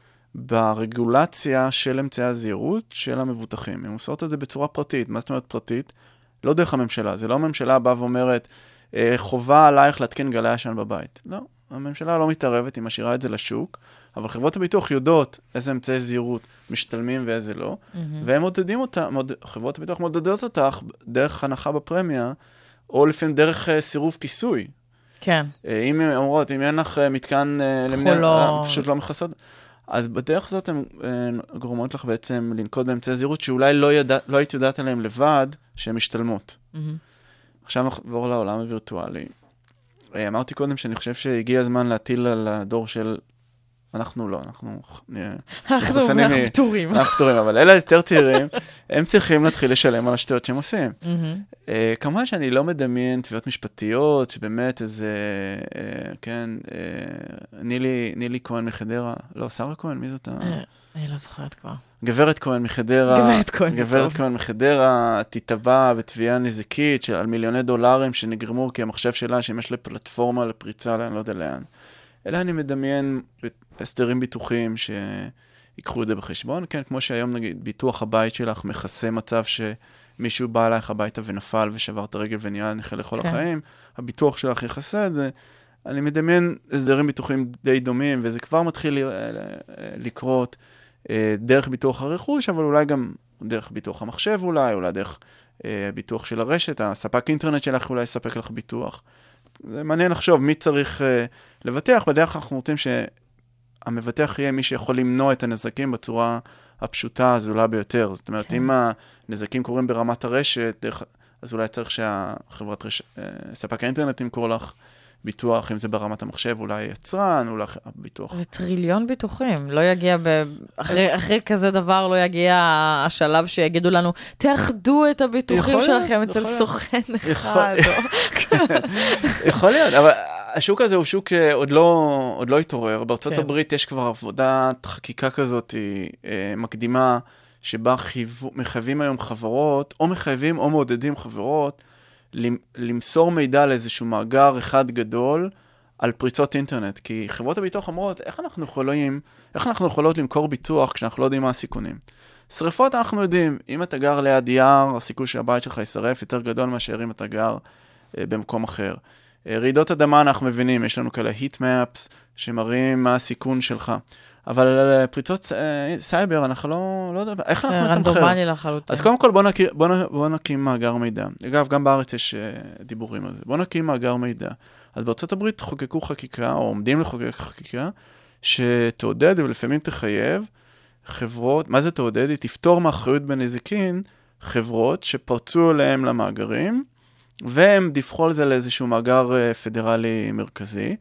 ברגולציה של אמצעי הזהירות של המבוטחים. הם עושות את זה בצורה פרטית. מה זאת אומרת פרטית? לא דרך הממשלה. זה לא הממשלה באה ואומרת, אה, חובה עלייך להתקן גלה ישן בבית. לא. הממשלה לא מתערבת, היא משאירה את זה לשוק, אבל חברות הביטוח יודעות איזה אמצעי זהירות משתלמים ואיזה לא, mm-hmm. והם מודדים אותה, מוד... חברות הביטוח מודדות אותך דרך הנחה בפרמיה, או לפעמים דרך uh, סירוב כיסוי. כן. Uh, אם הן אומרות, אם אין לך uh, מתקן uh, למניעת, לא... uh, פשוט לא מכסות, אז בדרך הזאת הן uh, גורמות לך בעצם לנקוט באמצעי זהירות, שאולי לא, ידע... לא היית יודעת עליהן לבד, שהן משתלמות. Mm-hmm. עכשיו נעבור לעולם הווירטואלי. אמרתי קודם שאני חושב שהגיע הזמן להטיל על הדור של אנחנו לא, אנחנו... אנחנו פטורים. אנחנו פטורים, אבל אלה יותר צעירים, הם צריכים להתחיל לשלם על השטויות שהם עושים. כמובן שאני לא מדמיין תביעות משפטיות, שבאמת איזה, כן, נילי כהן מחדרה, לא, שרה כהן, מי זאת ה... אני לא זוכרת כבר. גברת כהן מחדרה, גברת כהן, גברת כהן מחדרה, תתבע בתביעה נזיקית של מיליוני דולרים שנגרמו כי המחשב שלה שימש לפלטפורמה לפריצה, אני לא יודע לאן. אלא אני מדמיין הסדרים ביטוחיים שיקחו את זה בחשבון. כן, כמו שהיום נגיד ביטוח הבית שלך מכסה מצב שמישהו בא אלייך הביתה ונפל ושבר את הרגל ונהיה נכה לכל כן. החיים, הביטוח שלך יכסה את זה. אני מדמיין הסדרים ביטוחיים די דומים, וזה כבר מתחיל לקרות דרך ביטוח הרכוש, אבל אולי גם דרך ביטוח המחשב אולי, אולי דרך ביטוח של הרשת, הספק אינטרנט שלך אולי יספק לך ביטוח. זה מעניין לחשוב מי צריך לבטח, בדרך אנחנו רוצים שהמבטח יהיה מי שיכול למנוע את הנזקים בצורה הפשוטה, הזולה ביותר. זאת אומרת, אם הנזקים קורים ברמת הרשת, אז אולי צריך שהחברת ספק האינטרנט ימכור לך ביטוח, אם זה ברמת המחשב, אולי יצרן, אולי ביטוח. זה טריליון ביטוחים, לא יגיע, ב... אחרי, אחרי כזה דבר לא יגיע השלב שיגידו לנו, תאחדו את הביטוחים שלכם אצל סוכן אחד. יכול להיות, אבל השוק הזה הוא שוק שעוד לא, עוד לא התעורר. בארצות הברית יש כבר עבודת חקיקה כזאת מקדימה, שבה מחייבים היום חברות, או מחייבים או מעודדים חברות, למסור מידע לאיזשהו מאגר אחד גדול על פריצות אינטרנט, כי חברות הביטוח אומרות, איך אנחנו יכולים, איך אנחנו יכולות למכור ביטוח כשאנחנו לא יודעים מה הסיכונים? שריפות אנחנו יודעים, אם אתה גר ליד יער, הסיכוי שהבית שלך יישרף יותר גדול מאשר אם אתה גר אה, במקום אחר. אה, רעידות אדמה אנחנו מבינים, יש לנו כאלה heat maps שמראים מה הסיכון שלך. אבל על פריצות סייבר, אנחנו לא, לא יודע, איך אנחנו נתמחר? רנדומלי לחלוטין. אז קודם כל, בוא נקים, בוא, בוא נקים מאגר מידע. אגב, גם בארץ יש uh, דיבורים על זה. בוא נקים מאגר מידע. אז בארצות הברית חוקקו חקיקה, או עומדים לחוקק חקיקה, שתעודד ולפעמים תחייב חברות, מה זה תעודד? היא תפתור מאחריות בנזיקין חברות שפרצו אליהם למאגרים, והם דיווחו על זה לאיזשהו מאגר uh, פדרלי מרכזי.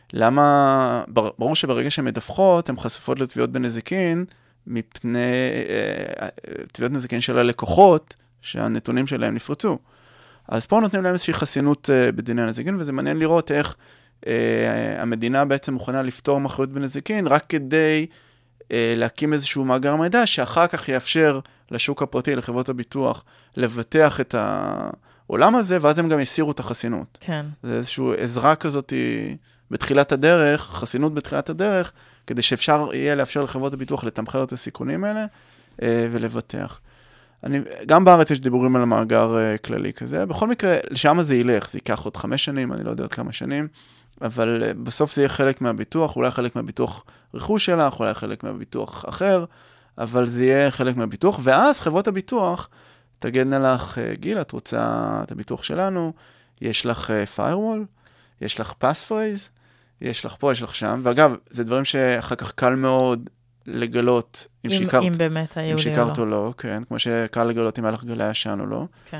למה, ברור שברגע שהן מדווחות, הן חשופות לתביעות בנזיקין, מפני אה, תביעות נזיקין של הלקוחות, שהנתונים שלהם נפרצו. אז פה נותנים להם איזושהי חסינות אה, בדיני הנזיקין, וזה מעניין לראות איך אה, המדינה בעצם מוכנה לפתור מאחריות בנזיקין, רק כדי אה, להקים איזשהו מאגר מידע, שאחר כך יאפשר לשוק הפרטי, לחברות הביטוח, לבטח את העולם הזה, ואז הם גם יסירו את החסינות. כן. זה איזשהו עזרה כזאת בתחילת הדרך, חסינות בתחילת הדרך, כדי שאפשר יהיה לאפשר לחברות הביטוח לתמחר את הסיכונים האלה ולבטח. אני, גם בארץ יש דיבורים על המאגר כללי כזה. בכל מקרה, לשם זה ילך. זה ייקח עוד חמש שנים, אני לא יודע עוד כמה שנים, אבל בסוף זה יהיה חלק מהביטוח, אולי חלק מהביטוח רכוש שלך, אולי חלק מהביטוח אחר, אבל זה יהיה חלק מהביטוח, ואז חברות הביטוח תגדנה לך, גיל, את רוצה את הביטוח שלנו, יש לך firewall, יש לך passphrase, יש לך פה, יש לך שם, ואגב, זה דברים שאחר כך קל מאוד לגלות אם, אם שיקרת, אם באמת היו אם שיקרת או לא, כן, כמו שקל לגלות אם היה לך גלי ישן או לא. כן.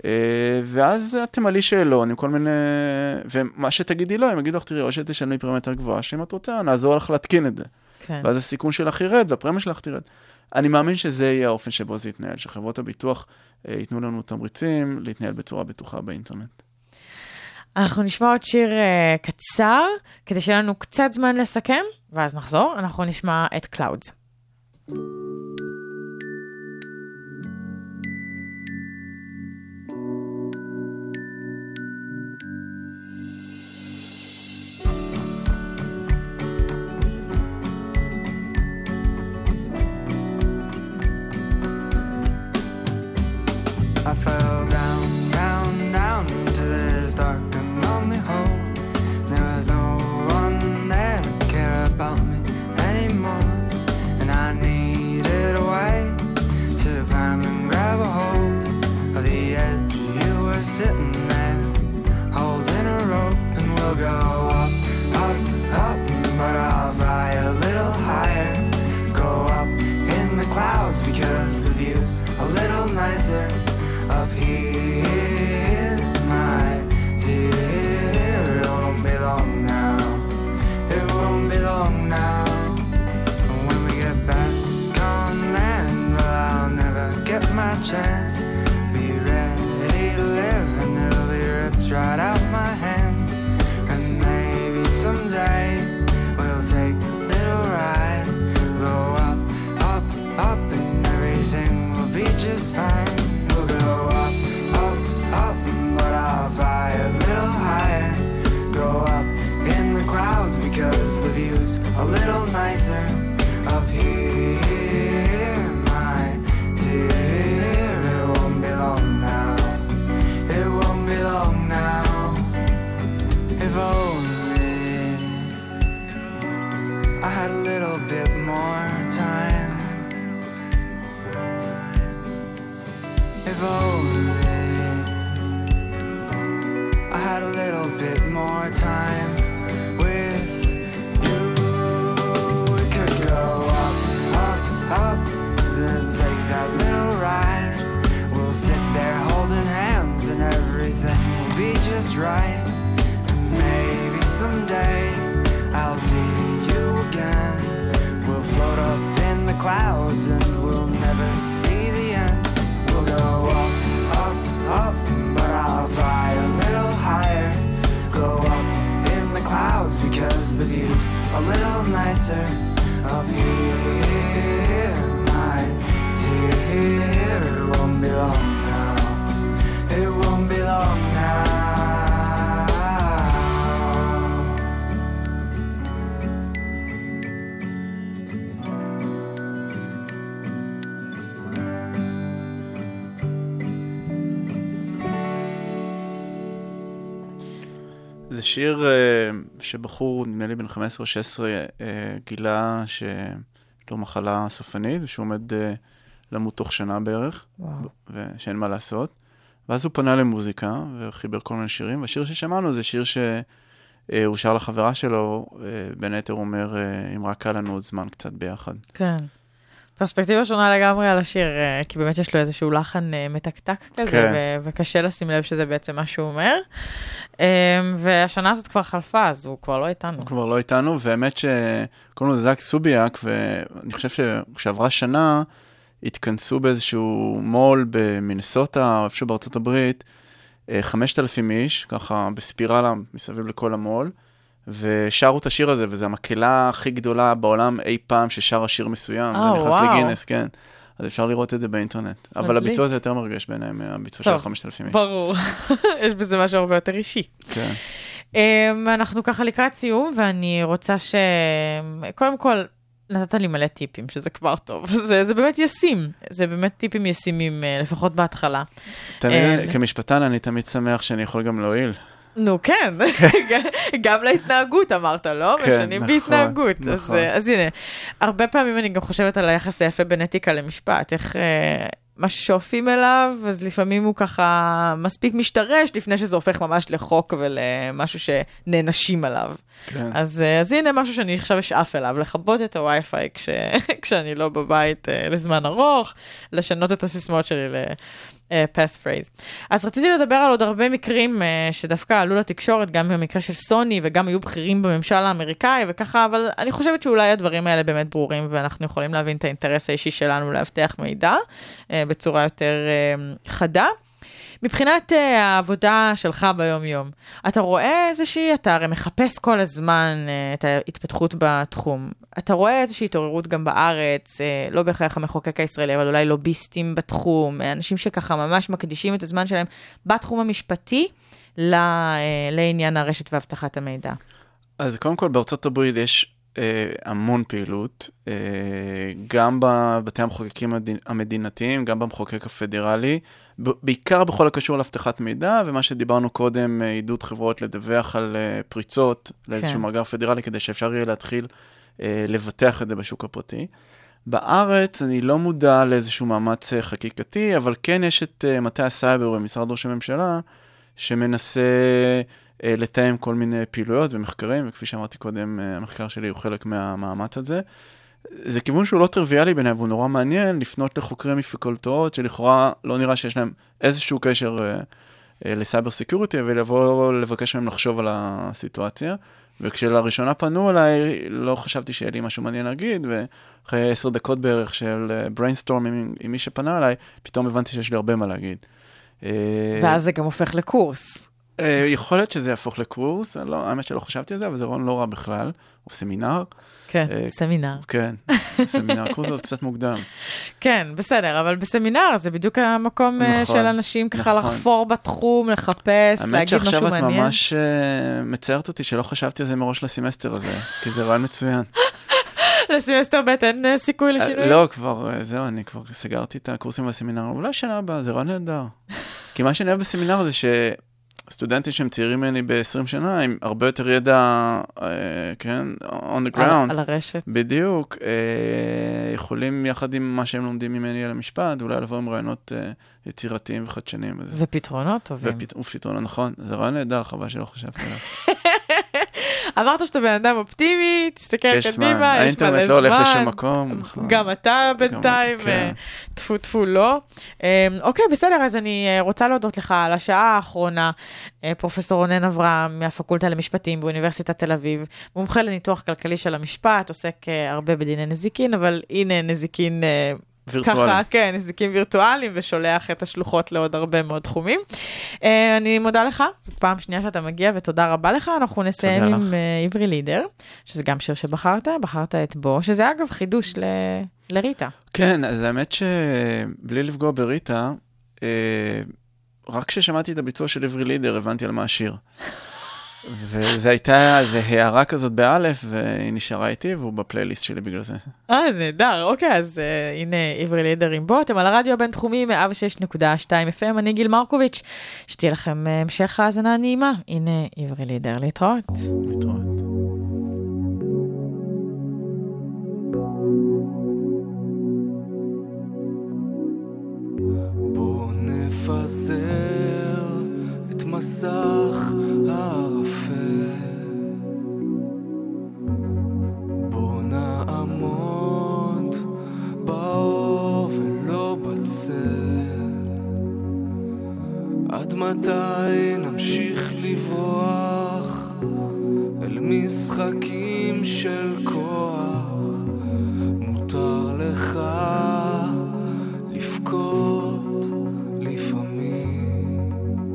ואז את תמלאי שאלון עם כל מיני, ומה שתגידי לא, הם יגידו לך, תראי, או שתשלמי פרמיה יותר גבוהה, שאם את רוצה, נעזור לך להתקין את זה. כן. ואז הסיכון שלך ירד, והפרמיה שלך תרד. אני מאמין שזה יהיה האופן שבו זה יתנהל, שחברות הביטוח ייתנו לנו תמריצים להתנהל בצורה בטוחה באינטרנט. אנחנו נשמע עוד שיר uh, קצר, כדי שיהיה לנו קצת זמן לסכם, ואז נחזור. אנחנו נשמע את Clouds. I fell down, down, down to this dark and lonely hole. There was no one there to care about me anymore, and I needed a way to climb and grab a hold of the edge. You were sitting there, holding a rope, and we'll go up, up, up, but I'll fly a little higher. Go up in the clouds because the view's a little nicer up here, my dear. It won't be long now, it won't be long now. chance. Be ready to live and it'll be ripped right out my hands. And maybe someday we'll take a little ride. Go up, up, up and everything will be just fine. We'll go up, up, up, but I'll fly a little higher. Go up in the clouds because the view's a little nicer up here, my dear. It won't be long now, it won't be long now. If only I had a little bit more time. If only I had a little bit more time with you. We could go up, up, up, then take that little ride. We'll sit there holding hands and everything will be just right. And maybe someday I'll see you again. We'll float up in the clouds and we'll never see the end. We'll go up, up, up, but I'll fly a little higher. Go up in the clouds because the view's a little nicer up here, my dear. It won't be long now, it won't be long now. זה שיר שבחור, נדמה לי בן חמש עשרה או שש עשרה, גילה שיש לו מחלה סופנית, ושהוא עומד למות תוך שנה בערך, ושאין מה לעשות. ואז הוא פנה למוזיקה, וחיבר כל מיני שירים, והשיר ששמענו זה שיר שהוא שר לחברה שלו, בין היתר אומר, אם רק היה לנו עוד זמן קצת ביחד. כן. פרספקטיבה שונה לגמרי על השיר, כי באמת יש לו איזשהו לחן מתקתק כזה, כן. וקשה לשים לב שזה בעצם מה שהוא אומר. והשנה הזאת כבר חלפה, אז הוא כבר לא איתנו. הוא כבר לא איתנו, והאמת שקוראים לו זק סוביאק, ואני חושב שכשעברה שנה, התכנסו באיזשהו מול במינסוטה, או איפשהו בארצות הברית, חמשת אלפים איש, ככה בספירלה מסביב לכל המול, ושרו את השיר הזה, וזו המקהלה הכי גדולה בעולם אי פעם ששר השיר מסוים, זה נכנס לגינס, כן. אז אפשר לראות את זה באינטרנט. אבל הביצוע הזה יותר מרגש ביניהם, הביצוע של חמשת אלפים איש. ברור, יש בזה משהו הרבה יותר אישי. כן. אנחנו ככה לקראת סיום, ואני רוצה ש... קודם כל, נתת לי מלא טיפים, שזה כבר טוב. זה, זה באמת ישים. זה באמת טיפים ישימים, לפחות בהתחלה. תמיד, כמשפטן, אני תמיד שמח שאני יכול גם להועיל. נו, כן. גם להתנהגות אמרת, לא? משנים בהתנהגות. אז הנה, הרבה פעמים אני גם חושבת על היחס היפה בין אתיקה למשפט. איך מה ששואפים אליו, אז לפעמים הוא ככה מספיק משתרש, לפני שזה הופך ממש לחוק ולמשהו שנענשים עליו. אז הנה משהו שאני עכשיו אשאף אליו, לכבות את הווי-פיי כשאני לא בבית לזמן ארוך, לשנות את הסיסמאות שלי ל... פאס פרייז. אז רציתי לדבר על עוד הרבה מקרים uh, שדווקא עלו לתקשורת, גם במקרה של סוני, וגם היו בכירים בממשל האמריקאי, וככה, אבל אני חושבת שאולי הדברים האלה באמת ברורים, ואנחנו יכולים להבין את האינטרס האישי שלנו להבטיח מידע, uh, בצורה יותר uh, חדה. מבחינת uh, העבודה שלך ביום-יום, אתה רואה איזושהי, אתה הרי מחפש כל הזמן uh, את ההתפתחות בתחום. אתה רואה איזושהי התעוררות גם בארץ, uh, לא בהכרח המחוקק הישראלי, אבל אולי לוביסטים בתחום, אנשים שככה ממש מקדישים את הזמן שלהם בתחום המשפטי ל, uh, לעניין הרשת והבטחת המידע. אז קודם כל בארצות הברית יש uh, המון פעילות, uh, גם בבתי המחוקקים המדינתיים, גם במחוקק הפדרלי, בעיקר בכל הקשור להבטחת מידע, ומה שדיברנו קודם, עידוד חברות לדווח על פריצות לאיזשהו מאגר פדרלי, כדי שאפשר יהיה להתחיל לבטח את זה בשוק הפרטי. בארץ אני לא מודע לאיזשהו מאמץ חקיקתי, אבל כן יש את מטה הסייבר במשרד ראש הממשלה, שמנסה לתאם כל מיני פעילויות ומחקרים, וכפי שאמרתי קודם, המחקר שלי הוא חלק מהמאמץ הזה. זה כיוון שהוא לא טריוויאלי ביניהם, והוא נורא מעניין לפנות לחוקרים מפקולטות, שלכאורה לא נראה שיש להם איזשהו קשר אה, לסייבר סקיוריטי, ולבוא לבקש מהם לחשוב על הסיטואציה. וכשלראשונה פנו אליי, לא חשבתי שיהיה לי משהו מעניין להגיד, ואחרי עשר דקות בערך של בריינסטורם עם, עם מי שפנה אליי, פתאום הבנתי שיש לי הרבה מה להגיד. ואז זה גם הופך לקורס. יכול להיות שזה יהפוך לקורס, לא, האמת שלא חשבתי על זה, אבל זה לא רע בכלל, או סמינר. כן, סמינר. כן, סמינר, קורס זה קצת מוקדם. כן, בסדר, אבל בסמינר זה בדיוק המקום של אנשים ככה לחפור בתחום, לחפש, להגיד משהו מעניין. האמת שעכשיו את ממש מציירת אותי שלא חשבתי על זה מראש לסמסטר הזה, כי זה רעיון מצוין. לסמסטר ב' אין סיכוי לשינוי? לא, כבר, זהו, אני כבר סגרתי את הקורסים בסמינר, אולי שנה הבאה, זה רעיון נהדר. כי מה שאני אוהב בסמינר זה ש... סטודנטים שהם צעירים ממני ב-עשרים שנה, עם הרבה יותר ידע, אה, כן, on the ground. על, על הרשת. בדיוק. אה, יכולים יחד עם מה שהם לומדים ממני על המשפט, אולי לבוא עם רעיונות אה, יצירתיים וחדשניים. ופתרונות טובים. ופת, ופתרונות, נכון. זה רעיון נהדר, חבל שלא חשבתי עליו. אמרת שאתה בן אדם אופטימי, תסתכל קדימה, יש מלא זמן. האינטרנט לא הולך לשום מקום. גם אתה בינתיים, תפו תפו לא. אוקיי, בסדר, אז אני רוצה להודות לך על השעה האחרונה, פרופסור רונן אברהם מהפקולטה למשפטים באוניברסיטת תל אביב, מומחה לניתוח כלכלי של המשפט, עוסק הרבה בדיני נזיקין, אבל הנה נזיקין וירטואליים. ככה, כן, נזיקים וירטואליים, ושולח את השלוחות לעוד הרבה מאוד תחומים. Uh, אני מודה לך, זאת פעם שנייה שאתה מגיע, ותודה רבה לך. אנחנו נסיים עם uh, עברי לידר, שזה גם שיר שבחרת, בחרת את בו, שזה אגב חידוש ל... לריטה. כן, אז האמת שבלי לפגוע בריטה, uh, רק כששמעתי את הביצוע של עברי לידר, הבנתי על מה השיר. וזה הייתה, זה הערה כזאת באלף, והיא נשארה איתי, והוא בפלייליסט שלי בגלל זה. אה, נהדר, אוקיי, אז uh, הנה עברי לידר עם בו, אתם על הרדיו הבינתחומי, מאה ושש נקודה שתיים אף אם, אני גיל מרקוביץ', שתהיה לכם המשך האזנה נעימה. הנה עברי לידר, להתראות. להתראות. בוא נפזר את מסך הערפל, בוא נעמוד באור ולא בצל, עד מתי נמשיך לברוח אל משחקים של כוח, מותר לך לבכות לפעמים,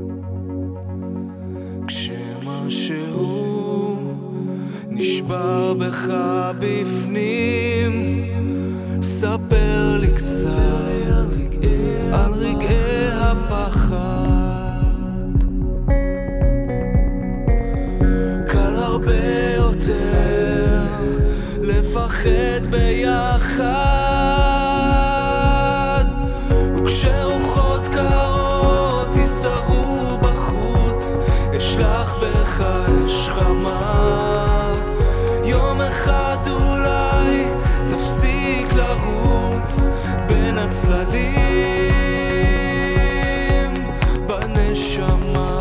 כשמשהו נשבר בך בפנים, ספר לי קצת על רגעי הפחד, קל הרבה יותר לפחד ביחד, וכשרוחות קרות יסערו בחוץ, אשלח בך אש חמה, יום אחד אולי תפסיק לרוץ בין הצללים בנשמה.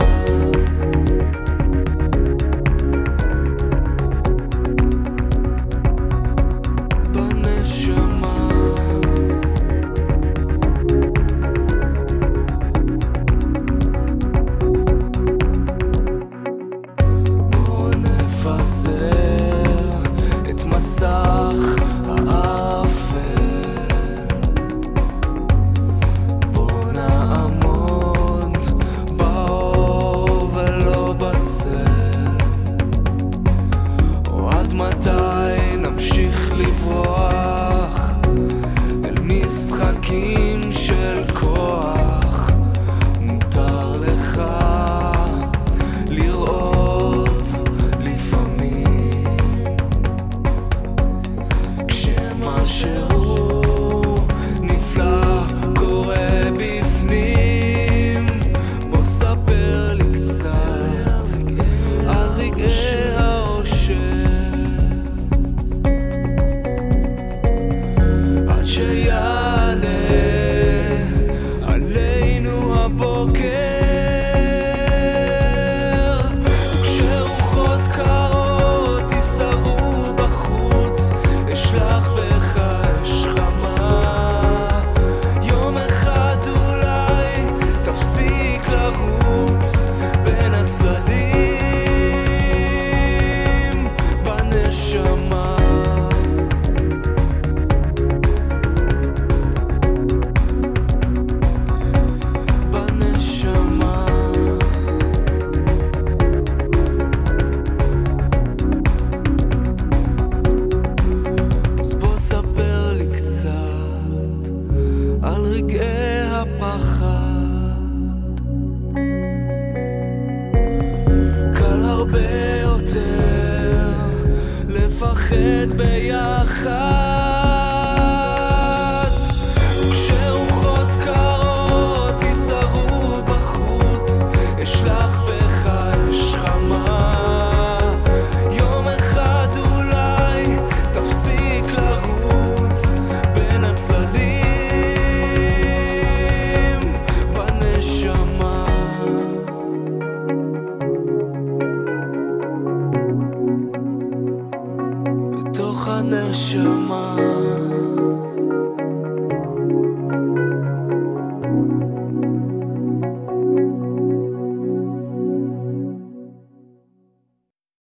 הפחד. קל הרבה יותר לפחד ב